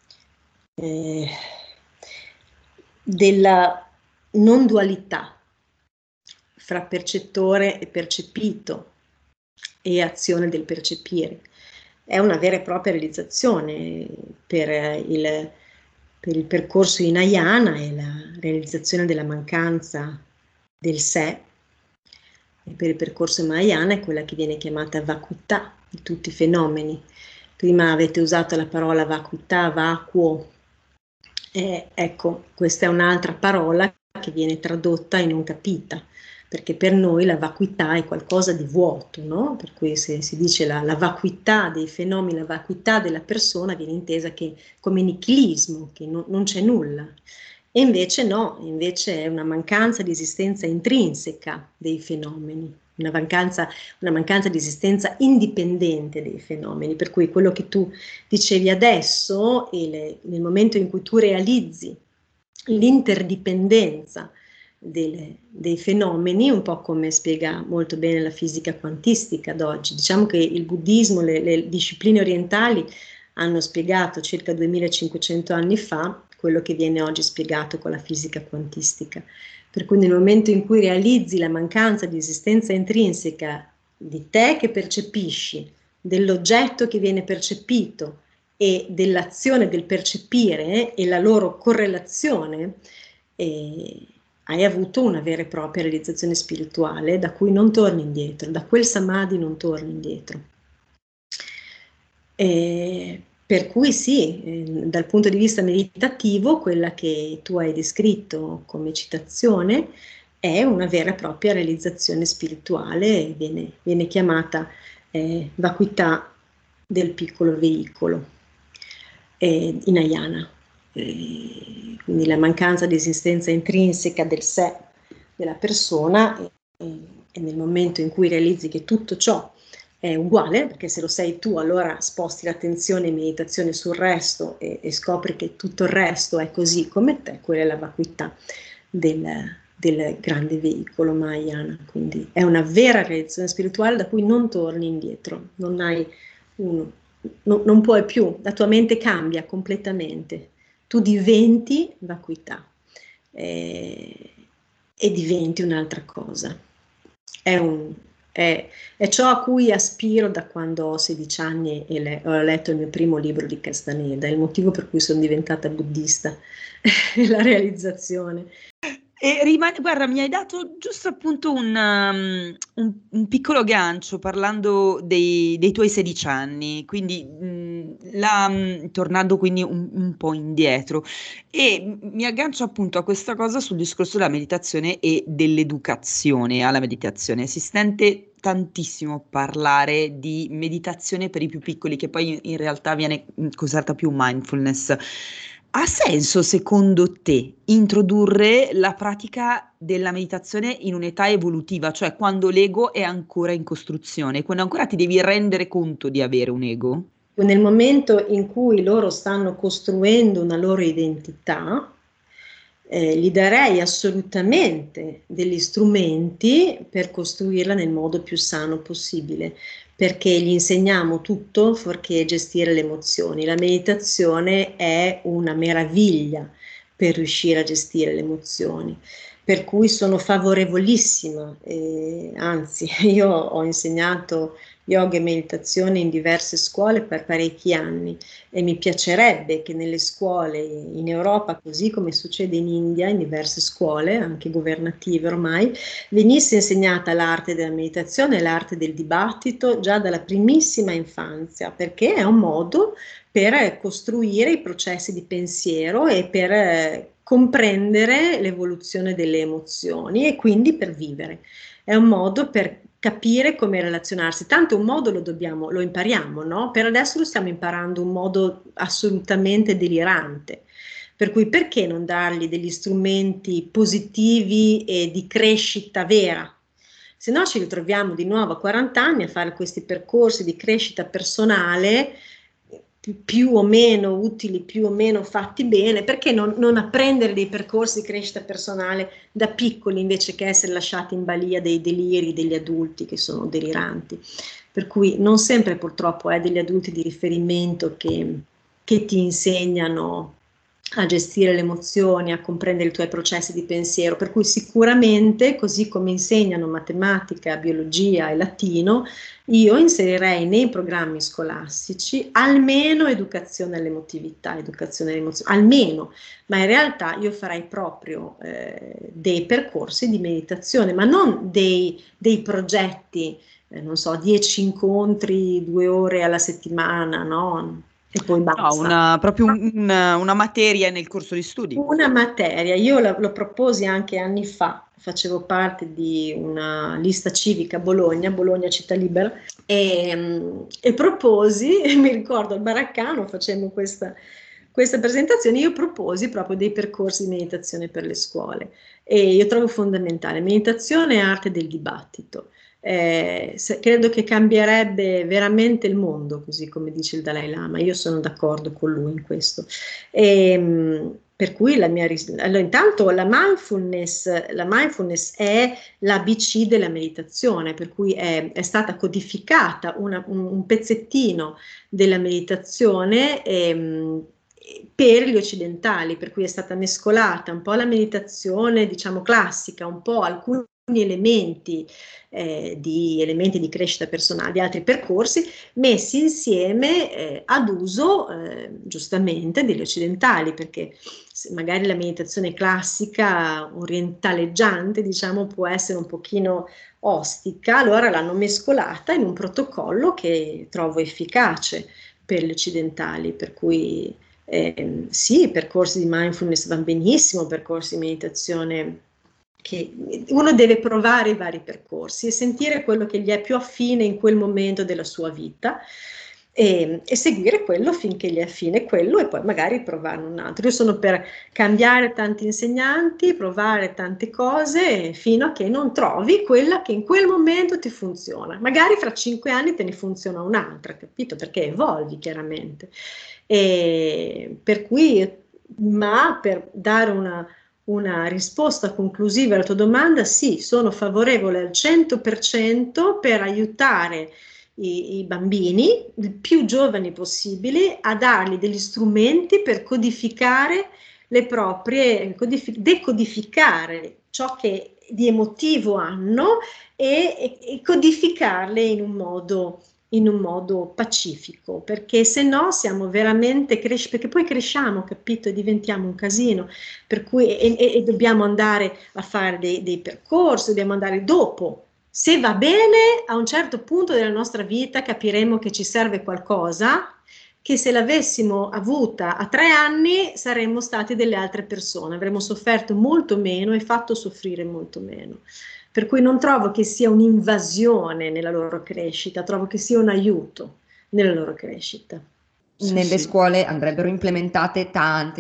non dualità fra percettore e percepito e azione del percepire. È una vera e propria realizzazione per il percorso Hinayana, è la realizzazione della mancanza del sé, e per il percorso Mahayana è quella che viene chiamata vacuità di tutti i fenomeni. Prima avete usato la parola vacuità, vacuo. Ecco, questa è un'altra parola che viene tradotta in non capita, perché per noi la vacuità è qualcosa di vuoto, no? Per cui se si dice la vacuità dei fenomeni, la vacuità della persona viene intesa come nichilismo, che non c'è nulla. E invece no, invece è una mancanza di esistenza intrinseca dei fenomeni, una mancanza di esistenza indipendente dei fenomeni, per cui quello che tu dicevi adesso, nel momento in cui tu realizzi l'interdipendenza dei fenomeni, un po' come spiega molto bene la fisica quantistica d'oggi. Diciamo che il buddismo, le discipline orientali hanno spiegato circa 2500 anni fa quello che viene oggi spiegato con la fisica quantistica. Per cui nel momento in cui realizzi la mancanza di esistenza intrinseca di te che percepisci, dell'oggetto che viene percepito e dell'azione del percepire e la loro correlazione, hai avuto una vera e propria realizzazione spirituale da cui non torni indietro, da quel samadhi non torni indietro. Per cui sì, dal punto di vista meditativo, quella che tu hai descritto come citazione è una vera e propria realizzazione spirituale, viene chiamata vacuità del piccolo veicolo in Ayana. Quindi la mancanza di esistenza intrinseca del sé della persona e nel momento in cui realizzi che tutto ciò è uguale, perché se lo sei tu allora sposti l'attenzione in meditazione sul resto e scopri che tutto il resto è così come te, quella è la vacuità del grande veicolo Mahayana. Quindi è una vera realizzazione spirituale da cui non torni indietro, non puoi più, la tua mente cambia completamente, tu diventi vacuità e diventi un'altra cosa. È ciò a cui aspiro da quando ho 16 anni e ho letto il mio primo libro di Castaneda, è il motivo per cui sono diventata buddista, la realizzazione. Guarda, mi hai dato giusto appunto un piccolo gancio parlando dei tuoi 16 anni, quindi tornando quindi un po' indietro, e mi aggancio appunto a questa cosa sul discorso della meditazione e dell'educazione alla meditazione. Si sente tantissimo parlare di meditazione per i più piccoli, che poi in realtà viene cos'altro più mindfulness. Ha senso, secondo te, introdurre la pratica della meditazione in un'età evolutiva, cioè quando l'ego è ancora in costruzione, quando ancora ti devi rendere conto di avere un ego? Nel momento in cui loro stanno costruendo una loro identità, gli darei assolutamente degli strumenti per costruirla nel modo più sano possibile, perché gli insegniamo tutto fuorché gestire le emozioni. La meditazione è una meraviglia per riuscire a gestire le emozioni, per cui sono favorevolissima, anzi io ho insegnato yoga e meditazione in diverse scuole per parecchi anni e mi piacerebbe che nelle scuole in Europa, così come succede in India, in diverse scuole, anche governative ormai, venisse insegnata l'arte della meditazione e l'arte del dibattito già dalla primissima infanzia, perché è un modo per costruire i processi di pensiero e per comprendere l'evoluzione delle emozioni e quindi per vivere. È un modo per capire come relazionarsi. Tanto un modo lo impariamo, no? Per adesso lo stiamo imparando un modo assolutamente delirante. Per cui perché non dargli degli strumenti positivi e di crescita vera? Se no ci ritroviamo di nuovo a 40 anni a fare questi percorsi di crescita personale più o meno utili, più o meno fatti bene, perché non apprendere dei percorsi di crescita personale da piccoli invece che essere lasciati in balia dei deliri degli adulti che sono deliranti. Per cui non sempre purtroppo hai degli adulti di riferimento che ti insegnano a gestire le emozioni, a comprendere i tuoi processi di pensiero, per cui sicuramente, così come insegnano matematica, biologia e latino, io inserirei nei programmi scolastici almeno educazione all'emotività, educazione alle emozioni, almeno, ma in realtà io farei proprio dei percorsi di meditazione, ma non dei progetti, non so, 10 incontri, 2 ore alla settimana, no? E poi basta. No, proprio una materia nel corso di studi. Una materia, io lo proposi anche anni fa, facevo parte di una lista civica a Bologna, Bologna Città Libera, e proposi, mi ricordo al Baraccano facemmo questa presentazione, io proposi proprio dei percorsi di meditazione per le scuole e io trovo fondamentale meditazione e arte del dibattito. Credo che cambierebbe veramente il mondo, così come dice il Dalai Lama, io sono d'accordo con lui in questo. Per cui allora, intanto la mindfulness è l'ABC della meditazione, per cui è stata codificata un pezzettino della meditazione per gli occidentali, per cui è stata mescolata un po' la meditazione, diciamo classica, un po' alcune elementi elementi di crescita personale, di altri percorsi, messi insieme ad uso giustamente degli occidentali, perché magari la meditazione classica, orientaleggiante, diciamo, può essere un pochino ostica, allora l'hanno mescolata in un protocollo che trovo efficace per gli occidentali, per cui sì, percorsi di mindfulness vanno benissimo, percorsi di meditazione, che uno deve provare i vari percorsi e sentire quello che gli è più affine in quel momento della sua vita e seguire quello finché gli è affine quello e poi magari provare un altro. Io sono per cambiare tanti insegnanti, provare tante cose fino a che non trovi quella che in quel momento ti funziona. Magari fra 5 anni te ne funziona un'altra, capito? Perché evolvi chiaramente. E per cui, ma per dare una risposta conclusiva alla tua domanda, sì, sono favorevole al 100% per aiutare i bambini, il più giovani possibili, a dargli degli strumenti per codificare le proprie, decodificare ciò che di emotivo hanno e codificarle in un modo pacifico, perché se no siamo veramente perché poi cresciamo, capito, e diventiamo un casino, per cui e dobbiamo andare a fare dei percorsi, dobbiamo andare dopo. Se va bene, a un certo punto della nostra vita capiremo che ci serve qualcosa, che se l'avessimo avuta a 3 anni saremmo stati delle altre persone, avremmo sofferto molto meno e fatto soffrire molto meno. Per cui non trovo che sia un'invasione nella loro crescita, trovo che sia un aiuto nella loro crescita. Nelle scuole andrebbero implementate tante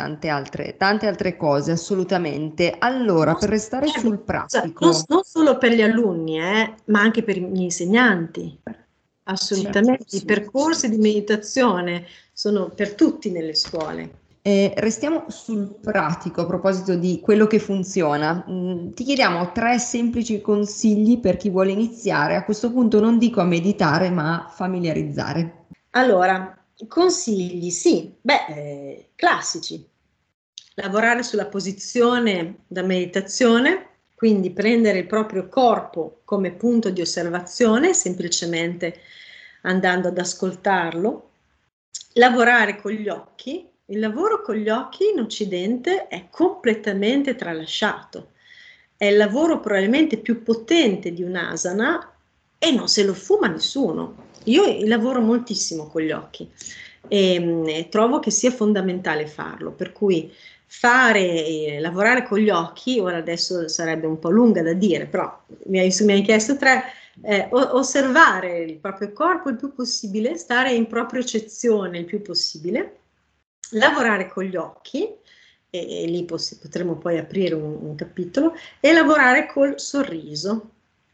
altre cose, assolutamente. Allora, per restare sul pratico, non solo per gli alunni, ma anche per gli insegnanti. Assolutamente. sì. I percorsi di meditazione sono per tutti nelle scuole. Restiamo sul pratico a proposito di quello che funziona. Ti chiediamo 3 semplici consigli per chi vuole iniziare. A questo punto non dico a meditare, ma a familiarizzare. Allora, consigli, sì, classici. Lavorare sulla posizione da meditazione, quindi prendere il proprio corpo come punto di osservazione, semplicemente andando ad ascoltarlo. Lavorare con gli occhi. Il lavoro con gli occhi in Occidente è completamente tralasciato. È il lavoro probabilmente più potente di un'asana e non se lo fuma nessuno. Io lavoro moltissimo con gli occhi e trovo che sia fondamentale farlo, per cui lavorare con gli occhi, ora adesso sarebbe un po' lunga da dire, però mi hai chiesto 3, osservare il proprio corpo il più possibile, stare in propriocezione il più possibile, lavorare con gli occhi, e lì potremo poi aprire un capitolo, e lavorare col sorriso.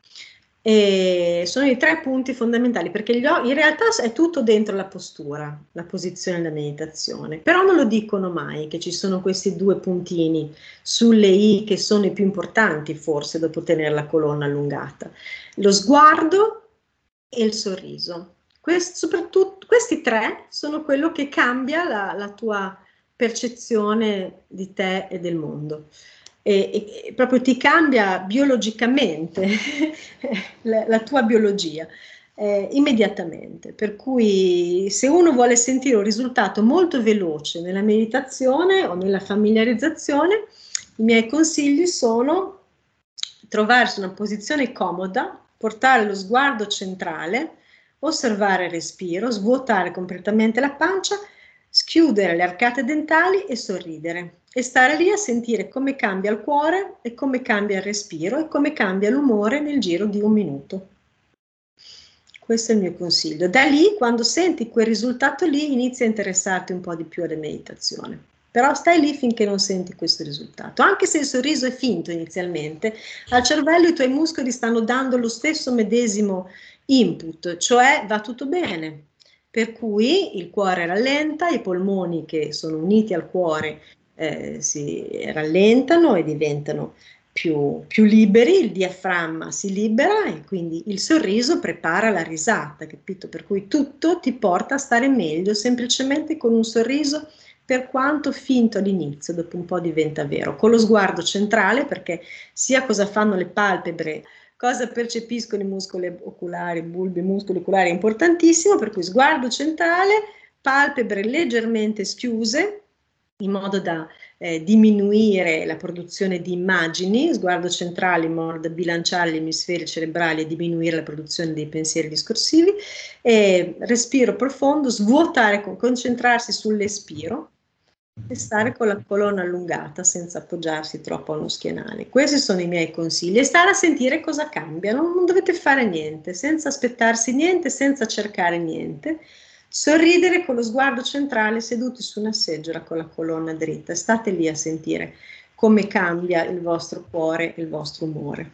E sono i 3 punti fondamentali, perché in realtà è tutto dentro la postura, la posizione della meditazione, però non lo dicono mai che ci sono questi 2 puntini sulle i che sono i più importanti forse dopo tenere la colonna allungata, lo sguardo e il sorriso. Soprattutto questi 3 sono quello che cambia la tua percezione di te e del mondo. E proprio ti cambia biologicamente la tua biologia immediatamente, per cui se uno vuole sentire un risultato molto veloce nella meditazione o nella familiarizzazione, i miei consigli sono trovarsi una posizione comoda, portare lo sguardo centrale, osservare il respiro, svuotare completamente la pancia, schiudere le arcate dentali e sorridere e stare lì a sentire come cambia il cuore e come cambia il respiro e come cambia l'umore nel giro di 1 minuto. Questo è il mio consiglio. Da lì, quando senti quel risultato lì, inizi a interessarti un po' di più alla meditazione. Però stai lì finché non senti questo risultato. Anche se il sorriso è finto inizialmente, al cervello i tuoi muscoli stanno dando lo stesso medesimo input, cioè va tutto bene. Per cui il cuore rallenta, i polmoni che sono uniti al cuore si rallentano e diventano più liberi, il diaframma si libera e quindi il sorriso prepara la risata, capito? Per cui tutto ti porta a stare meglio semplicemente con un sorriso per quanto finto all'inizio, dopo un po' diventa vero, con lo sguardo centrale, perché sia cosa fanno le palpebre, cosa percepiscono i muscoli oculari, bulbi, muscoli oculari è importantissimo, per cui sguardo centrale, palpebre leggermente schiuse, in modo da diminuire la produzione di immagini, sguardo centrale in modo da bilanciare gli emisferi cerebrali e diminuire la produzione dei pensieri discorsivi, e respiro profondo, svuotare, concentrarsi sull'espiro e stare con la colonna allungata senza appoggiarsi troppo a uno schienale. Questi sono i miei consigli, e stare a sentire cosa cambia, non dovete fare niente, senza aspettarsi niente, senza cercare niente. Sorridere con lo sguardo centrale seduti su una seggiola con la colonna dritta, state lì a sentire come cambia il vostro cuore e il vostro umore.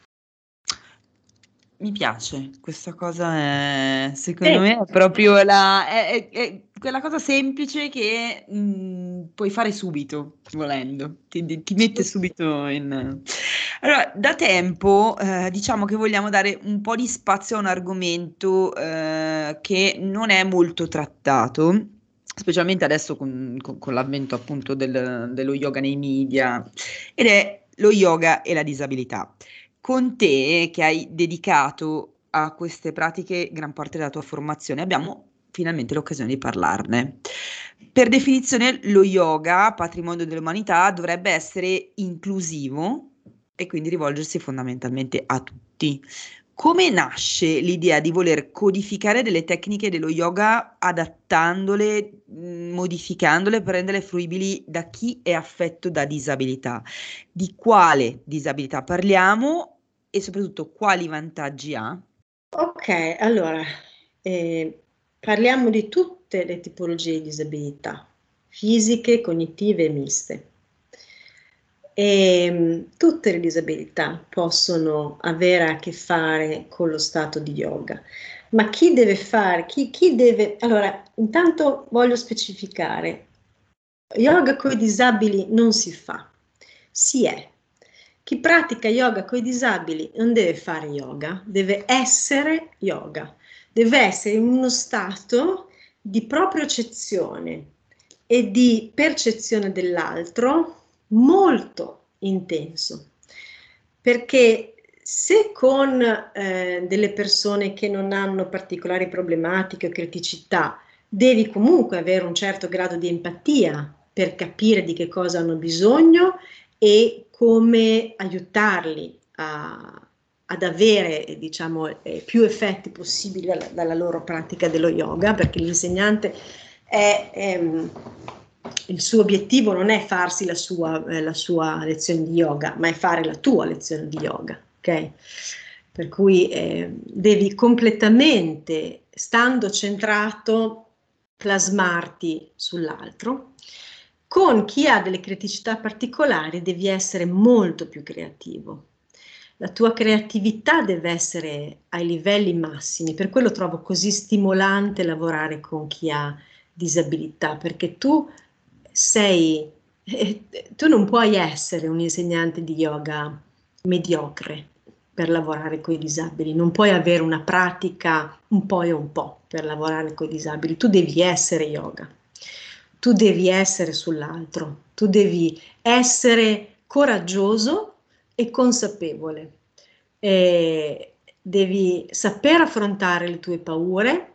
Mi piace, questa cosa secondo me è proprio è quella cosa semplice che puoi fare subito, volendo, ti mette subito in... Allora, da tempo diciamo che vogliamo dare un po' di spazio a un argomento che non è molto trattato, specialmente adesso con l'avvento appunto dello yoga nei media, ed è lo yoga e la disabilità. Con te, che hai dedicato a queste pratiche gran parte della tua formazione, abbiamo finalmente l'occasione di parlarne. Per definizione, lo yoga, patrimonio dell'umanità, dovrebbe essere inclusivo e quindi rivolgersi fondamentalmente a tutti. Come nasce l'idea di voler codificare delle tecniche dello yoga adattandole, modificandole per renderle fruibili da chi è affetto da disabilità? Di quale disabilità parliamo e soprattutto quali vantaggi ha? Ok, allora, parliamo di tutte le tipologie di disabilità, fisiche, cognitive e miste. Tutte le disabilità possono avere a che fare con lo stato di yoga, ma chi deve fare, chi deve... Allora, intanto voglio specificare, yoga con i disabili non si fa, si è. Chi pratica yoga con i disabili non deve fare yoga, deve essere yoga, deve essere in uno stato di propriocezione e di percezione dell'altro molto intenso, perché se con delle persone che non hanno particolari problematiche o criticità devi comunque avere un certo grado di empatia per capire di che cosa hanno bisogno e come aiutarli ad avere, diciamo, più effetti possibili dalla loro pratica dello yoga, perché l'insegnante il suo obiettivo non è farsi la sua lezione di yoga, ma è fare la tua lezione di yoga, ok? Per cui devi completamente, stando centrato, plasmarti sull'altro. Con chi ha delle criticità particolari devi essere molto più creativo. La tua creatività deve essere ai livelli massimi, per quello trovo così stimolante lavorare con chi ha disabilità, perché tu non puoi essere un insegnante di yoga mediocre per lavorare con i disabili, non puoi avere una pratica un po' e un po' per lavorare con i disabili, tu devi essere yoga, tu devi essere sull'altro, tu devi essere coraggioso e consapevole, devi saper affrontare le tue paure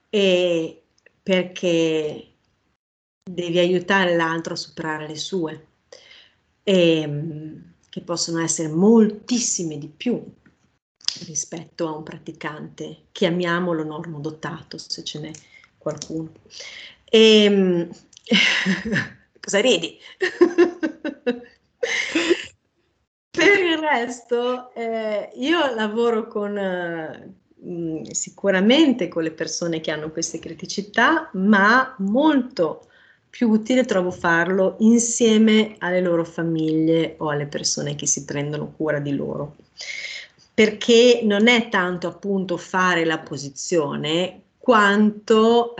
perché devi aiutare l'altro a superare le sue, che possono essere moltissime di più rispetto a un praticante, chiamiamolo normodotato, se ce n'è qualcuno. Cosa ridi? Per il resto, io lavoro sicuramente con le persone che hanno queste criticità, ma molto più utile trovo farlo insieme alle loro famiglie o alle persone che si prendono cura di loro. Perché non è tanto appunto fare la posizione, quanto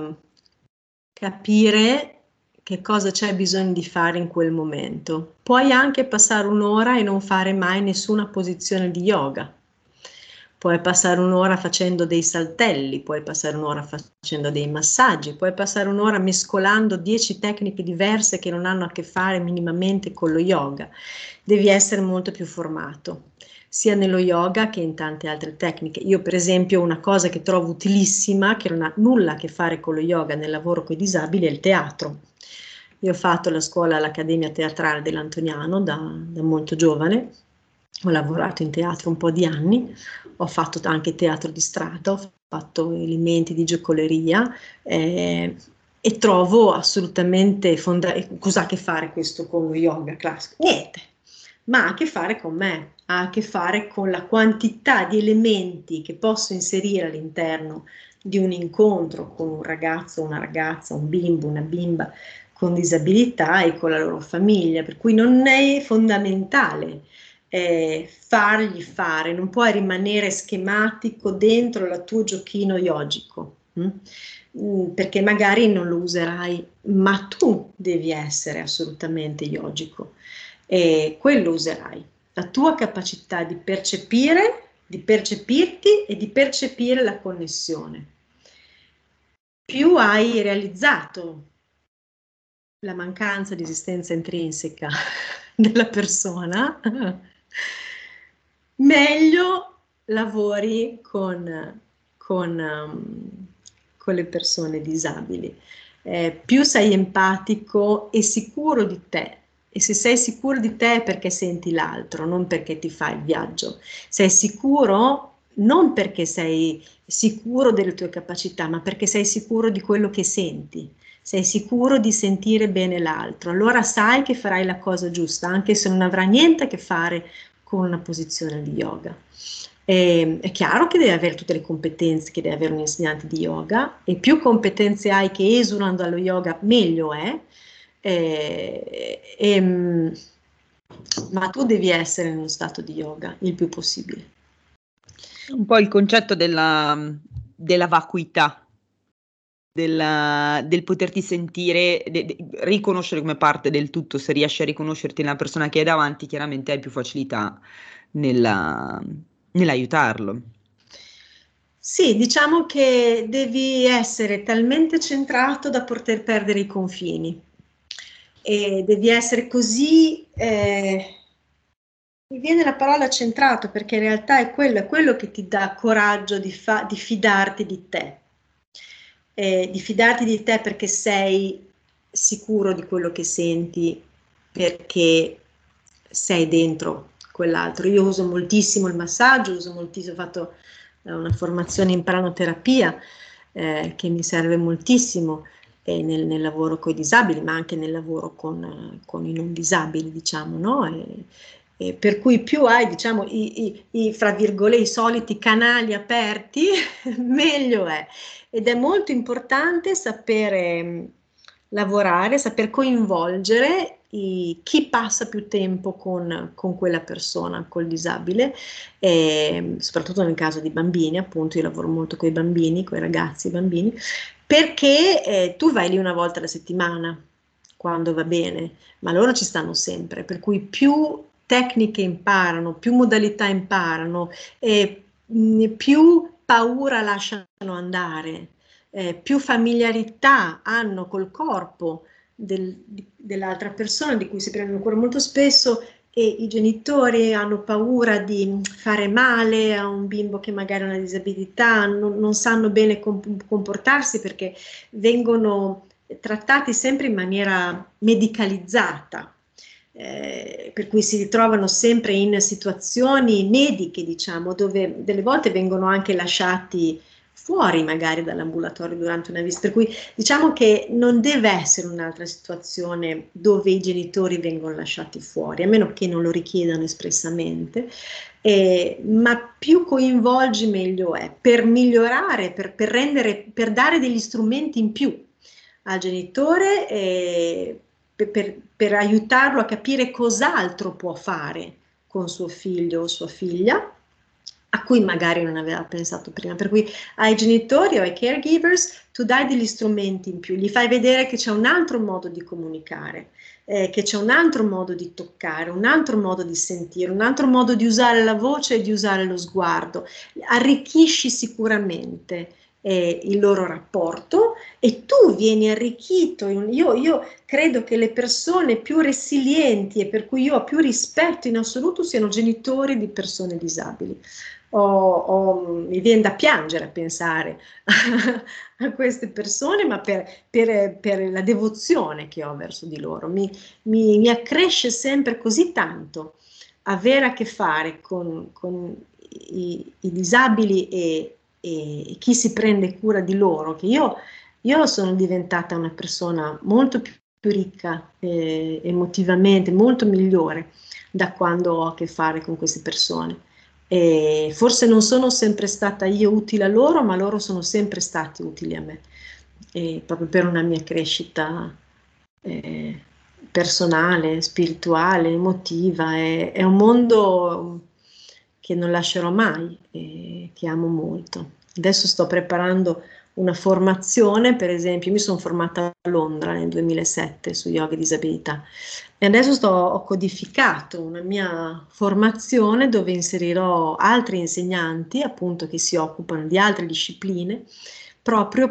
capire che cosa c'è bisogno di fare in quel momento. Puoi anche passare un'ora e non fare mai nessuna posizione di yoga. puoi passare un'ora facendo dei saltelli, puoi passare un'ora facendo dei massaggi, puoi passare un'ora mescolando 10 tecniche diverse che non hanno a che fare minimamente con lo yoga. Devi essere molto più formato, sia nello yoga che in tante altre tecniche. Io per esempio una cosa che trovo utilissima, che non ha nulla a che fare con lo yoga nel lavoro con i disabili, è il teatro. Io ho fatto la scuola all'Accademia Teatrale dell'Antoniano da molto giovane, ho lavorato in teatro un po' di anni, ho fatto anche teatro di strada, ho fatto elementi di giocoleria e trovo assolutamente cosa ha a che fare questo con lo yoga classico? Niente, ma ha a che fare con me, ha a che fare con la quantità di elementi che posso inserire all'interno di un incontro con un ragazzo, una ragazza, un bimbo, una bimba con disabilità e con la loro famiglia, per cui non è fondamentale fargli fare, non puoi rimanere schematico dentro il tuo giochino yogico, perché magari non lo userai, ma tu devi essere assolutamente yogico e quello userai, la tua capacità di percepire, di percepirti e di percepire la connessione. Più hai realizzato la mancanza di esistenza intrinseca della persona, meglio lavori con le persone disabili. Più sei empatico e sicuro di te, e se sei sicuro di te è perché senti l'altro, non perché ti fai il viaggio. Sei sicuro non perché sei sicuro delle tue capacità, ma perché sei sicuro di quello che senti. Sei sicuro di sentire bene l'altro, allora sai che farai la cosa giusta, anche se non avrà niente a che fare con una posizione di yoga. È chiaro che devi avere tutte le competenze che deve avere un insegnante di yoga, e più competenze hai che esulano dallo yoga, meglio è. Ma tu devi essere in uno stato di yoga il più possibile. Un po' il concetto della vacuità, del poterti sentire, riconoscere come parte del tutto. Se riesci a riconoscerti nella persona che hai davanti, chiaramente hai più facilità nell'aiutarlo. Sì, diciamo che devi essere talmente centrato da poter perdere i confini e devi essere così, mi viene la parola centrato perché in realtà è quello che ti dà coraggio di fidarti di te. Di fidarti di te perché sei sicuro di quello che senti, perché sei dentro quell'altro. Io uso moltissimo il massaggio, ho fatto una formazione in pranoterapia che mi serve moltissimo nel lavoro con i disabili, ma anche nel lavoro con i non disabili, diciamo, no? E per cui più hai, diciamo, fra virgolette, i soliti canali aperti, meglio è. Ed è molto importante sapere lavorare, saper coinvolgere chi passa più tempo con quella persona, col disabile, soprattutto nel caso di bambini, appunto io lavoro molto con i bambini, con i ragazzi, i bambini, perché tu vai lì una volta alla settimana, quando va bene, ma loro ci stanno sempre, per cui più tecniche imparano, più modalità imparano, più paura lasciano andare, più familiarità hanno col corpo dell'altra persona di cui si prendono cura molto spesso, e i genitori hanno paura di fare male a un bimbo che magari ha una disabilità, non sanno bene comportarsi perché vengono trattati sempre in maniera medicalizzata. Per cui si ritrovano sempre in situazioni mediche, diciamo, dove delle volte vengono anche lasciati fuori magari dall'ambulatorio durante una visita, per cui diciamo che non deve essere un'altra situazione dove i genitori vengono lasciati fuori, a meno che non lo richiedano espressamente, ma più coinvolgi meglio è, per migliorare, per dare degli strumenti in più al genitore, per aiutarlo a capire cos'altro può fare con suo figlio o sua figlia, a cui magari non aveva pensato prima. Per cui ai genitori o ai caregivers tu dai degli strumenti in più, gli fai vedere che c'è un altro modo di comunicare, che c'è un altro modo di toccare, un altro modo di sentire, un altro modo di usare la voce e di usare lo sguardo. Arricchisci sicuramente il loro rapporto e tu vieni arricchito. Io credo che le persone più resilienti e per cui io ho più rispetto in assoluto siano genitori di persone disabili. Mi viene da piangere a pensare a queste persone, ma per la devozione che ho verso di loro. Mi accresce sempre così tanto avere a che fare con i disabili e chi si prende cura di loro, che io sono diventata una persona molto più ricca emotivamente, molto migliore da quando ho a che fare con queste persone. E forse non sono sempre stata io utile a loro, ma loro sono sempre stati utili a me, proprio per una mia crescita personale, spirituale, emotiva. È un mondo che non lascerò mai e che amo molto. Adesso sto preparando una formazione, per esempio, mi sono formata a Londra nel 2007 su yoga e disabilità e adesso ho codificato una mia formazione dove inserirò altri insegnanti, appunto, che si occupano di altre discipline, proprio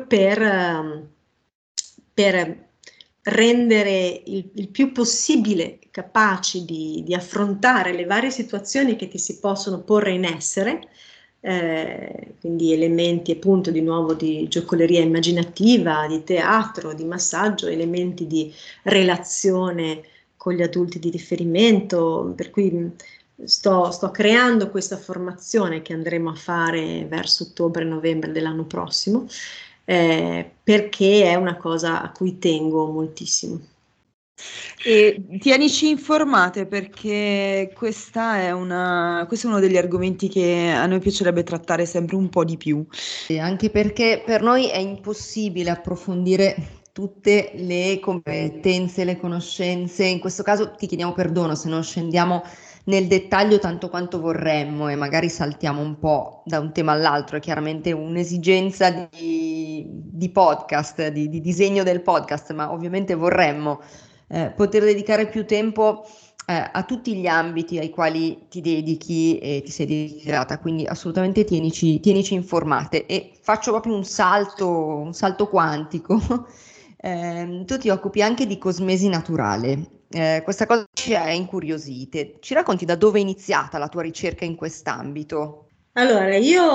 per rendere il più possibile capaci di affrontare le varie situazioni che ti si possono porre in essere, quindi elementi appunto di nuovo di giocoleria immaginativa, di teatro, di massaggio, elementi di relazione con gli adulti di riferimento, per cui sto creando questa formazione che andremo a fare verso ottobre-novembre dell'anno prossimo, perché è una cosa a cui tengo moltissimo. E tienici informate perché questo è uno degli argomenti che a noi piacerebbe trattare sempre un po' di più. E anche perché per noi è impossibile approfondire tutte le competenze, le conoscenze. In questo caso ti chiediamo perdono se non scendiamo nel dettaglio tanto quanto vorremmo e magari saltiamo un po' da un tema all'altro. È chiaramente un'esigenza di podcast, di disegno del podcast, ma ovviamente vorremmo poter dedicare più tempo a tutti gli ambiti ai quali ti dedichi e ti sei dedicata, quindi assolutamente tienici informate. E faccio proprio un salto quantico. Tu ti occupi anche di cosmesi naturale. Questa cosa ci ha incuriosite. Ci racconti da dove è iniziata la tua ricerca in quest'ambito? Allora,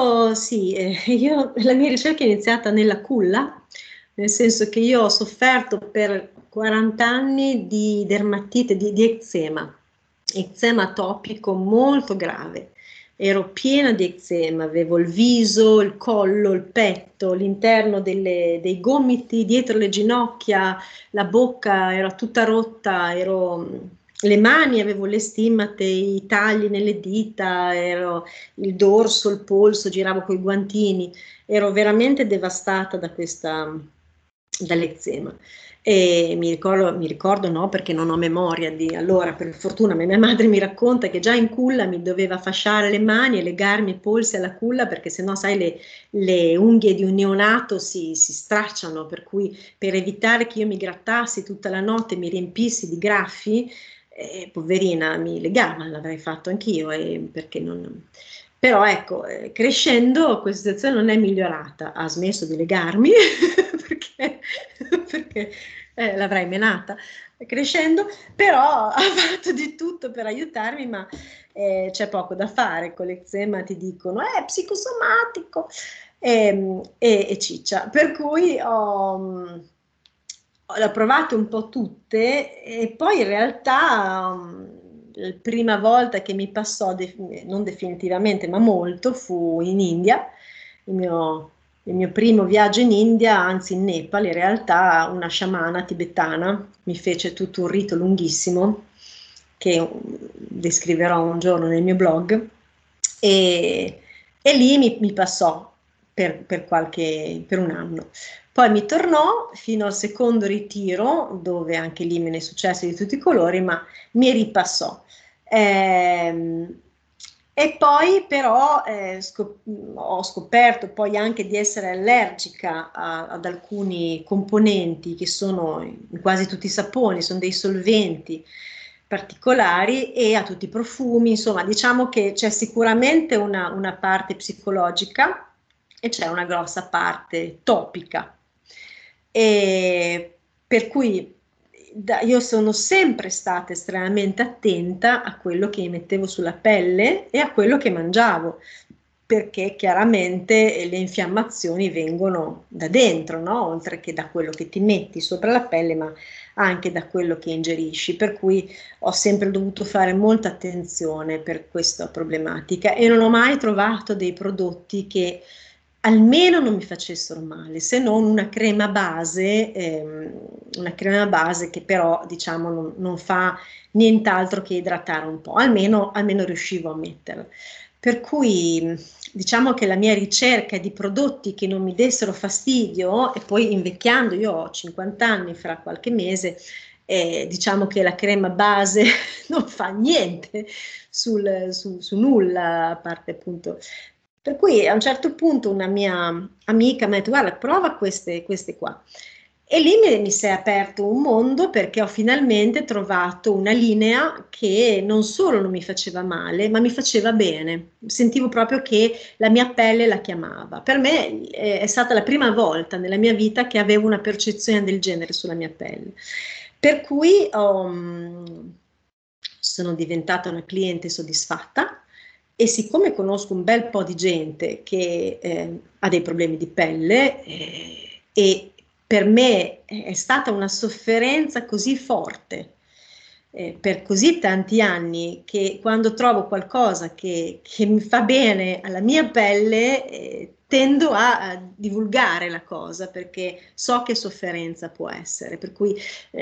la mia ricerca è iniziata nella culla, nel senso che io ho sofferto per 40 anni di dermatite, di eczema atopico molto grave. Ero piena di eczema, avevo il viso, il collo, il petto, l'interno dei gomiti, dietro le ginocchia, la bocca era tutta rotta, le mani, avevo le stimmate, i tagli nelle dita, il dorso, il polso, giravo coi guantini, ero veramente devastata dall'eczema. E mi ricordo no, perché non ho memoria di allora, per fortuna mia madre mi racconta che già in culla mi doveva fasciare le mani e legarmi i polsi alla culla, perché sennò sai le unghie di un neonato si stracciano, per cui per evitare che io mi grattassi tutta la notte e mi riempissi di graffi, poverina mi legava, l'avrei fatto anch'io, perché non... Però ecco, crescendo questa situazione non è migliorata, ha smesso di legarmi perché l'avrei menata crescendo, però ha fatto di tutto per aiutarmi, ma c'è poco da fare, con l'eczema ti dicono è psicosomatico e ciccia, per cui l'ho provate un po' tutte e poi in realtà la prima volta che mi passò, non definitivamente, ma molto, fu in India, il mio primo viaggio in India, anzi in Nepal, in realtà una sciamana tibetana mi fece tutto un rito lunghissimo che descriverò un giorno nel mio blog e lì mi passò per un anno. Poi mi tornò fino al secondo ritiro, dove anche lì me ne è successo di tutti i colori, ma mi ripassò. E poi però ho scoperto poi anche di essere allergica ad alcuni componenti che sono in quasi tutti i saponi, sono dei solventi particolari, e a tutti i profumi. Insomma, diciamo che c'è sicuramente una parte psicologica e c'è una grossa parte topica. E per cui io sono sempre stata estremamente attenta a quello che mettevo sulla pelle e a quello che mangiavo, perché chiaramente le infiammazioni vengono da dentro, no? Oltre che da quello che ti metti sopra la pelle, ma anche da quello che ingerisci. Per cui ho sempre dovuto fare molta attenzione per questa problematica e non ho mai trovato dei prodotti che almeno non mi facessero male, se non una crema base che però diciamo non fa nient'altro che idratare un po', almeno riuscivo a metterla. Per cui diciamo che la mia ricerca di prodotti che non mi dessero fastidio, e poi invecchiando, io ho 50 anni fra qualche mese, diciamo che la crema base non fa niente su nulla, a parte appunto. Per cui a un certo punto una mia amica mi ha detto: guarda, prova queste qua. E lì mi si è aperto un mondo, perché ho finalmente trovato una linea che non solo non mi faceva male, ma mi faceva bene. Sentivo proprio che la mia pelle la chiamava. Per me è stata la prima volta nella mia vita che avevo una percezione del genere sulla mia pelle. Per cui sono diventata una cliente soddisfatta, e siccome conosco un bel po' di gente che ha dei problemi di pelle, e per me è stata una sofferenza così forte per così tanti anni, che quando trovo qualcosa che mi fa bene alla mia pelle, tendo a divulgare la cosa, perché so che sofferenza può essere. Per cui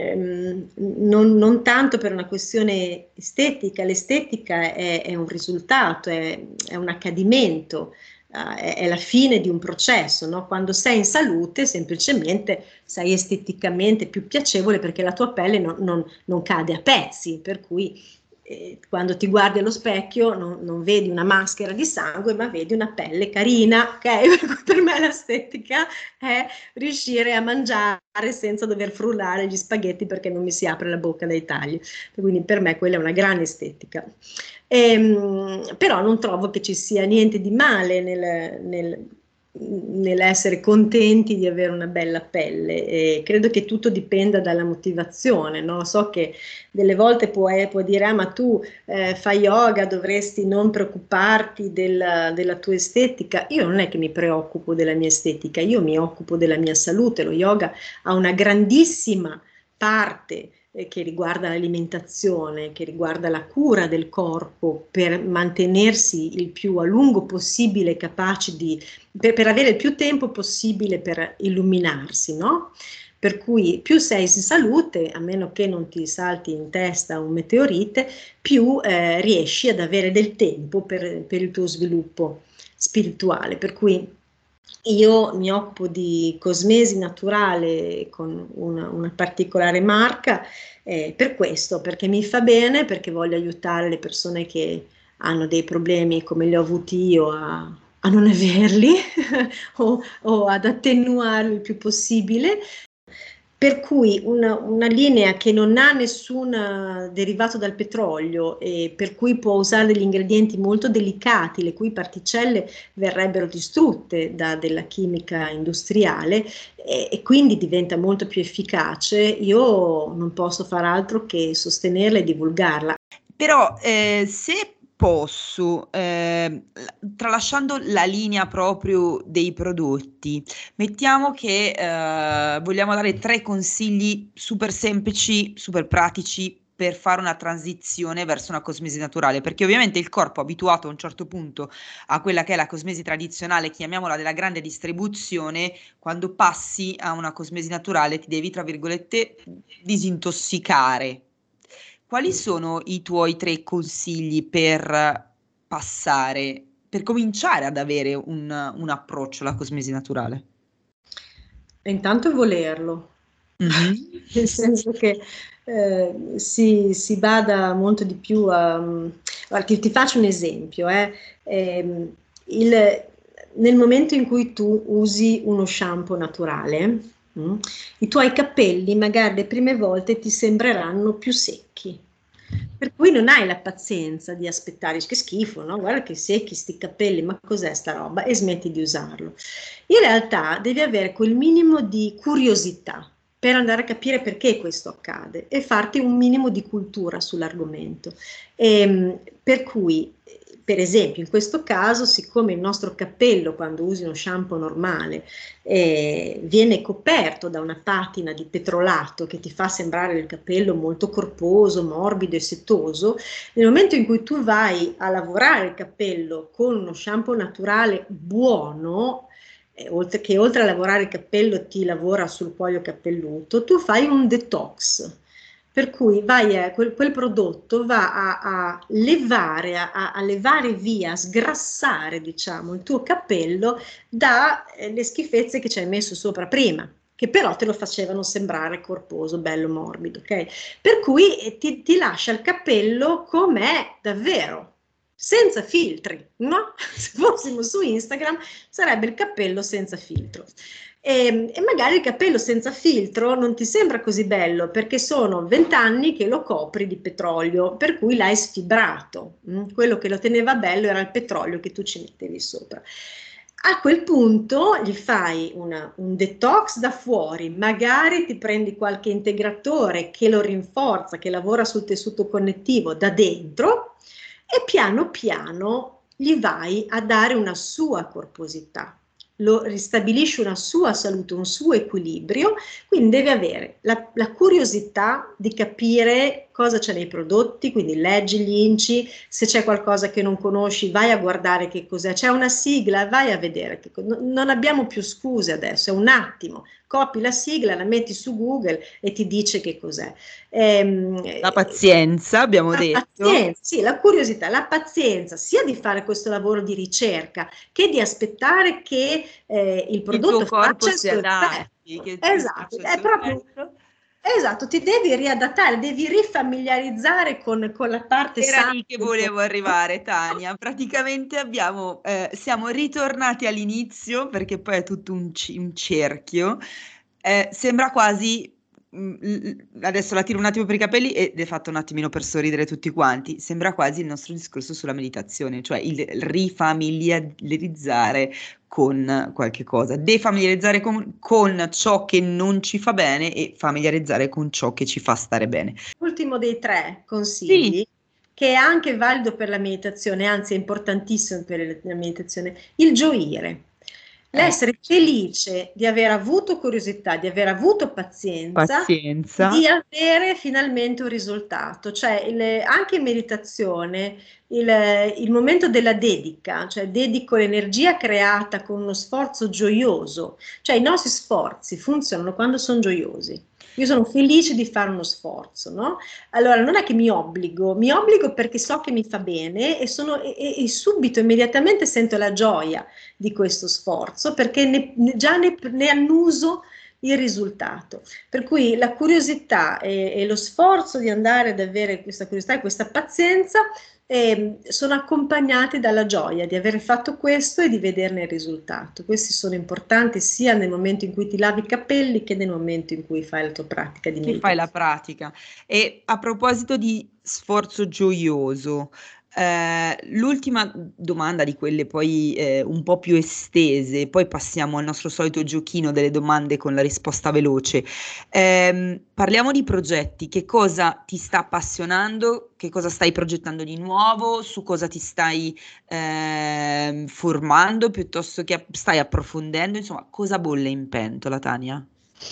non tanto per una questione estetica, l'estetica è un risultato, è un accadimento, è la fine di un processo, no? Quando sei in salute semplicemente sei esteticamente più piacevole, perché la tua pelle non cade a pezzi, per cui quando ti guardi allo specchio non vedi una maschera di sangue, ma vedi una pelle carina, ok? Per me l'estetica è riuscire a mangiare senza dover frullare gli spaghetti perché non mi si apre la bocca dai tagli. Quindi per me quella è una grande estetica. Però non trovo che ci sia niente di male nell'essere contenti di avere una bella pelle, e credo che tutto dipenda dalla motivazione, no? So che delle volte puoi dire: ma tu fai yoga, dovresti non preoccuparti della tua estetica. Io non è che mi preoccupo della mia estetica, io mi occupo della mia salute. Lo yoga ha una grandissima parte che riguarda l'alimentazione, che riguarda la cura del corpo, per mantenersi il più a lungo possibile capaci per avere il più tempo possibile per illuminarsi, no? Per cui più sei in salute, a meno che non ti salti in testa un meteorite, più riesci ad avere del tempo per il tuo sviluppo spirituale. Per cui io mi occupo di cosmesi naturale con una particolare marca, per questo, perché mi fa bene, perché voglio aiutare le persone che hanno dei problemi come li ho avuti io a non averli o ad attenuarli il più possibile. Per cui una linea che non ha nessun derivato dal petrolio, e per cui può usare degli ingredienti molto delicati, le cui particelle verrebbero distrutte della chimica industriale, e quindi diventa molto più efficace. Io non posso far altro che sostenerla e divulgarla. Però se posso, tralasciando la linea proprio dei prodotti, mettiamo che vogliamo dare 3 consigli super semplici, super pratici per fare una transizione verso una cosmesi naturale, perché ovviamente il corpo abituato a un certo punto a quella che è la cosmesi tradizionale, chiamiamola della grande distribuzione, quando passi a una cosmesi naturale ti devi, tra virgolette, disintossicare. Quali sono i tuoi 3 consigli per passare, per cominciare ad avere un approccio alla cosmesi naturale? Intanto volerlo, Mhm. nel senso che si bada molto di più a... Guarda, ti faccio un esempio. Nel momento in cui tu usi uno shampoo naturale, i tuoi capelli magari le prime volte ti sembreranno più secchi. Per cui non hai la pazienza di aspettare, che schifo, no? Guarda che secchi sti capelli, ma cos'è sta roba? E smetti di usarlo. In realtà devi avere quel minimo di curiosità per andare a capire perché questo accade e farti un minimo di cultura sull'argomento. Per cui, per esempio, in questo caso, siccome il nostro cappello, quando usi uno shampoo normale, viene coperto da una patina di petrolato che ti fa sembrare il capello molto corposo, morbido e setoso, nel momento in cui tu vai a lavorare il capello con uno shampoo naturale buono, oltre a lavorare il cappello ti lavora sul cuoio capelluto, tu fai un detox. Per cui quel prodotto va a levare, a levare via, a sgrassare, diciamo, il tuo capello dalle schifezze che ci hai messo sopra prima, che però te lo facevano sembrare corposo, bello morbido, ok? Per cui ti lascia il capello com'è davvero, senza filtri, no? Se fossimo su Instagram sarebbe il capello senza filtro. E magari il capello senza filtro non ti sembra così bello perché sono 20 anni che lo copri di petrolio, per cui l'hai sfibrato. Quello che lo teneva bello era il petrolio che tu ci mettevi sopra. A quel punto gli fai un detox da fuori, magari ti prendi qualche integratore che lo rinforza, che lavora sul tessuto connettivo da dentro e piano piano gli vai a dare una sua corposità. Lo ristabilisce una sua salute, un suo equilibrio, quindi deve avere la curiosità di capire cosa c'è nei prodotti, quindi leggi gli inci, se c'è qualcosa che non conosci vai a guardare che cos'è, c'è una sigla, vai a vedere, non abbiamo più scuse adesso, è un attimo, copi la sigla, la metti su Google e ti dice che cos'è. La pazienza, abbiamo detto. Pazienza, sì, la curiosità, la pazienza, sia di fare questo lavoro di ricerca che di aspettare che il prodotto tuo corpo faccia il si suo adatti, effetto. che Esatto, faccia il è suo proprio effetto. esatto, ti devi riadattare, devi rifamiliarizzare con la parte Era sana lì che del tuo volevo corpo. arrivare, Tania. Praticamente siamo ritornati all'inizio perché poi è tutto un cerchio. Sembra quasi, adesso la tiro un attimo per i capelli ed è fatto un attimino per sorridere tutti quanti. Sembra quasi il nostro discorso sulla meditazione, cioè il rifamiliarizzare con qualche cosa, defamiliarizzare con ciò che non ci fa bene e familiarizzare con ciò che ci fa stare bene. L'ultimo dei tre Sì. consigli, che è anche valido per la meditazione, anzi è importantissimo per la meditazione, il gioire. L'essere felice di aver avuto curiosità, di aver avuto pazienza, Pazienza. di avere finalmente un risultato. Cioè anche in meditazione il momento della dedica, cioè dedico l'energia creata con uno sforzo gioioso, cioè i nostri sforzi funzionano quando sono gioiosi. Io sono felice di fare uno sforzo, no? Allora non è che mi obbligo perché so che mi fa bene e subito, immediatamente sento la gioia di questo sforzo perché già ne annuso il risultato. Per cui la curiosità e lo sforzo di andare ad avere questa curiosità e questa pazienza sono accompagnati dalla gioia di aver fatto questo e di vederne il risultato. Questi sono importanti sia nel momento in cui ti lavi i capelli che nel momento in cui fai la tua pratica di Che fai la meditazione. pratica. E a proposito di sforzo gioioso, l'ultima domanda di quelle poi un po' più estese, poi passiamo al nostro solito giochino delle domande con la risposta veloce. Parliamo di progetti, che cosa ti sta appassionando, che cosa stai progettando di nuovo, su cosa ti stai formando piuttosto che stai approfondendo, insomma, cosa bolle in pentola, Tania?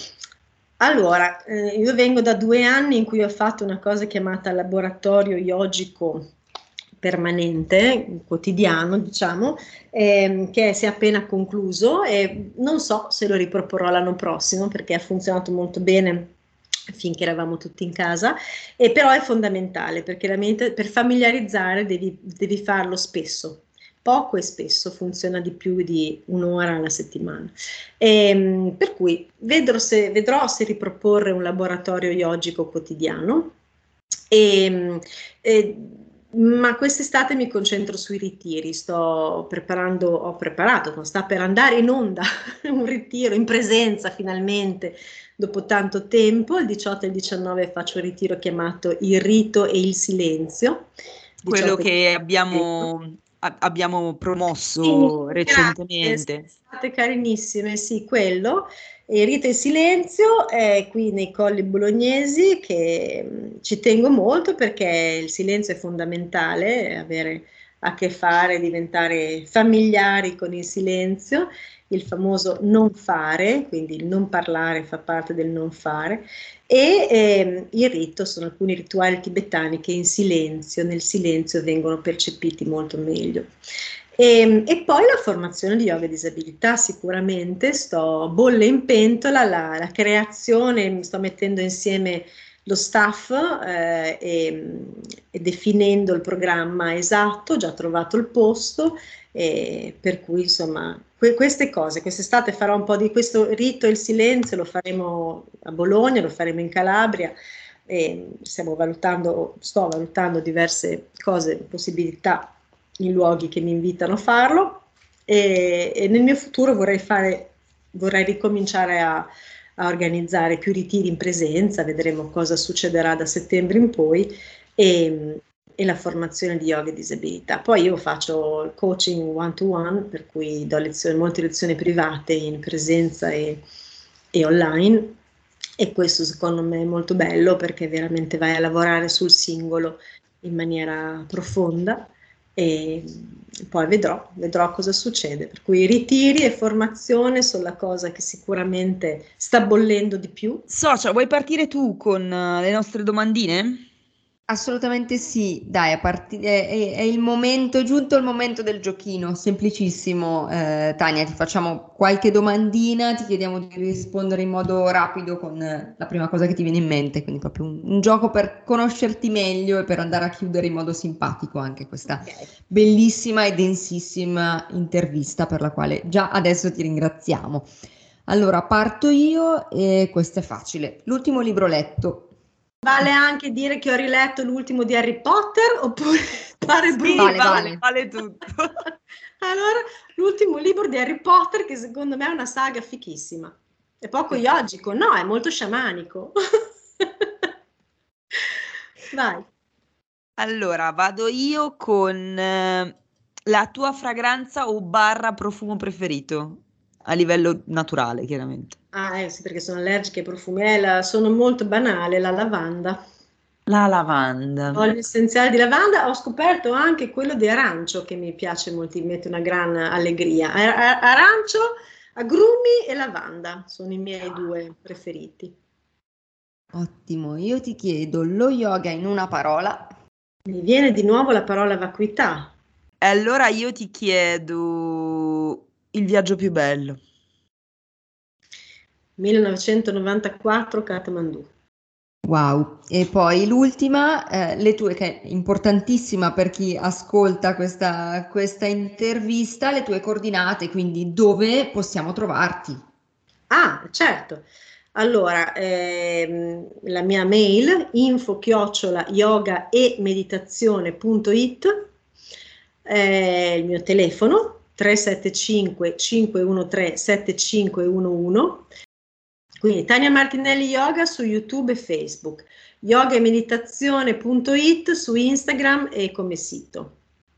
Allora, io vengo da 2 anni in cui ho fatto una cosa chiamata laboratorio yogico permanente, quotidiano, diciamo, che si è appena concluso e non so se lo riproporrò l'anno prossimo perché ha funzionato molto bene finché eravamo tutti in casa, e però è fondamentale perché per familiarizzare devi farlo spesso. Poco e spesso funziona di più di un'ora alla settimana. Per cui vedrò se riproporre un laboratorio yogico quotidiano e, Ma quest'estate mi concentro sui ritiri, ho preparato, non sta per andare in onda un ritiro in presenza finalmente dopo tanto tempo. Il 18 e il 19 faccio un ritiro chiamato Il rito e il silenzio. Quello 18 e che 19. abbiamo Sì, promosso grazie, recentemente. state carinissime, sì, quello. E Rito e Silenzio è qui nei Colli Bolognesi che ci tengo molto perché il silenzio è fondamentale, avere a che fare, diventare familiari con il silenzio, il famoso non fare, quindi il non parlare fa parte del non fare. E il rito sono alcuni rituali tibetani che in silenzio, nel silenzio vengono percepiti molto meglio. E poi la formazione di yoga e disabilità, sicuramente sto bolle in pentola, la creazione, sto mettendo insieme lo staff e definendo il programma esatto, ho già trovato il posto, per cui insomma queste cose, quest'estate farò un po' di questo rito e il silenzio, lo faremo a Bologna, lo faremo in Calabria, e sto valutando diverse cose, possibilità in luoghi che mi invitano a farlo e nel mio futuro vorrei ricominciare a organizzare più ritiri in presenza, vedremo cosa succederà da settembre in poi e la formazione di yoga e disabilità. Poi io faccio il coaching one to one, per cui do molte lezioni private in presenza e online e questo secondo me è molto bello perché veramente vai a lavorare sul singolo in maniera profonda e poi vedrò cosa succede. Per cui ritiri e formazione sono la cosa che sicuramente sta bollendo di più. Socia, vuoi partire tu con le nostre domandine? Assolutamente sì, dai, è il momento, è giunto il momento del giochino, semplicissimo. Tania, ti facciamo qualche domandina, ti chiediamo di rispondere in modo rapido con la prima cosa che ti viene in mente, quindi proprio un gioco per conoscerti meglio e per andare a chiudere in modo simpatico anche questa Okay. bellissima e densissima intervista per la quale già adesso ti ringraziamo. Allora, parto io e questo è facile. L'ultimo libro letto. Vale anche dire che ho riletto l'ultimo di Harry Potter oppure pare brutto? Sì, Vale. vale tutto. Allora, l'ultimo libro di Harry Potter che secondo me è una saga fichissima. È poco yogico, no, è molto sciamanico. Vai. Allora, vado io con la tua fragranza o barra profumo preferito, a livello naturale, chiaramente. Ah, sì, perché sono allergica ai profumi. Sono molto banale, la lavanda. La lavanda. Olio essenziale di lavanda, ho scoperto anche quello di arancio che mi piace molto, mi mette una gran allegria. Arancio, agrumi e lavanda sono i miei due preferiti. Ottimo, io ti chiedo lo yoga in una parola. Mi viene di nuovo la parola vacuità. E allora io ti chiedo il viaggio più bello. 1994 Kathmandu. Wow, e poi l'ultima, le tue, che è importantissima per chi ascolta questa intervista, le tue coordinate, quindi dove possiamo trovarti? Ah, certo. Allora, la mia mail info@yogaemeditazione.it, il mio telefono 375 513 7511. Quindi Tania Martinelli Yoga su YouTube e Facebook, yogaemeditazione.it su Instagram e come sito.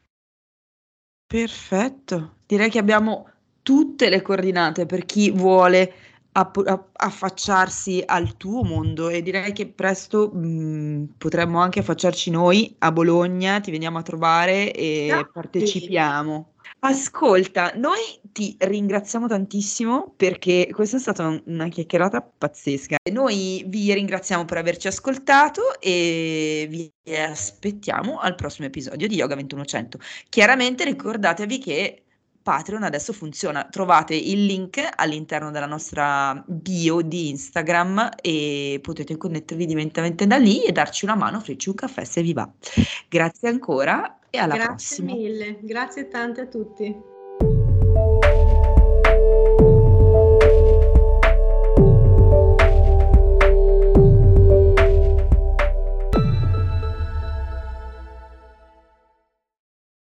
Perfetto, direi che abbiamo tutte le coordinate per chi vuole affacciarsi al tuo mondo e direi che presto potremmo anche affacciarci noi a Bologna, ti veniamo a trovare e Grazie. partecipiamo. Ascolta, noi ti ringraziamo tantissimo perché questa è stata una chiacchierata pazzesca. Noi vi ringraziamo per averci ascoltato e vi aspettiamo al prossimo episodio di Yoga 2100. Chiaramente ricordatevi che Patreon adesso funziona, trovate il link all'interno della nostra bio di Instagram e potete connettervi direttamente da lì e darci una mano, offrirci un caffè se vi va. Grazie ancora e alla Grazie prossima. mille, grazie tante a tutti.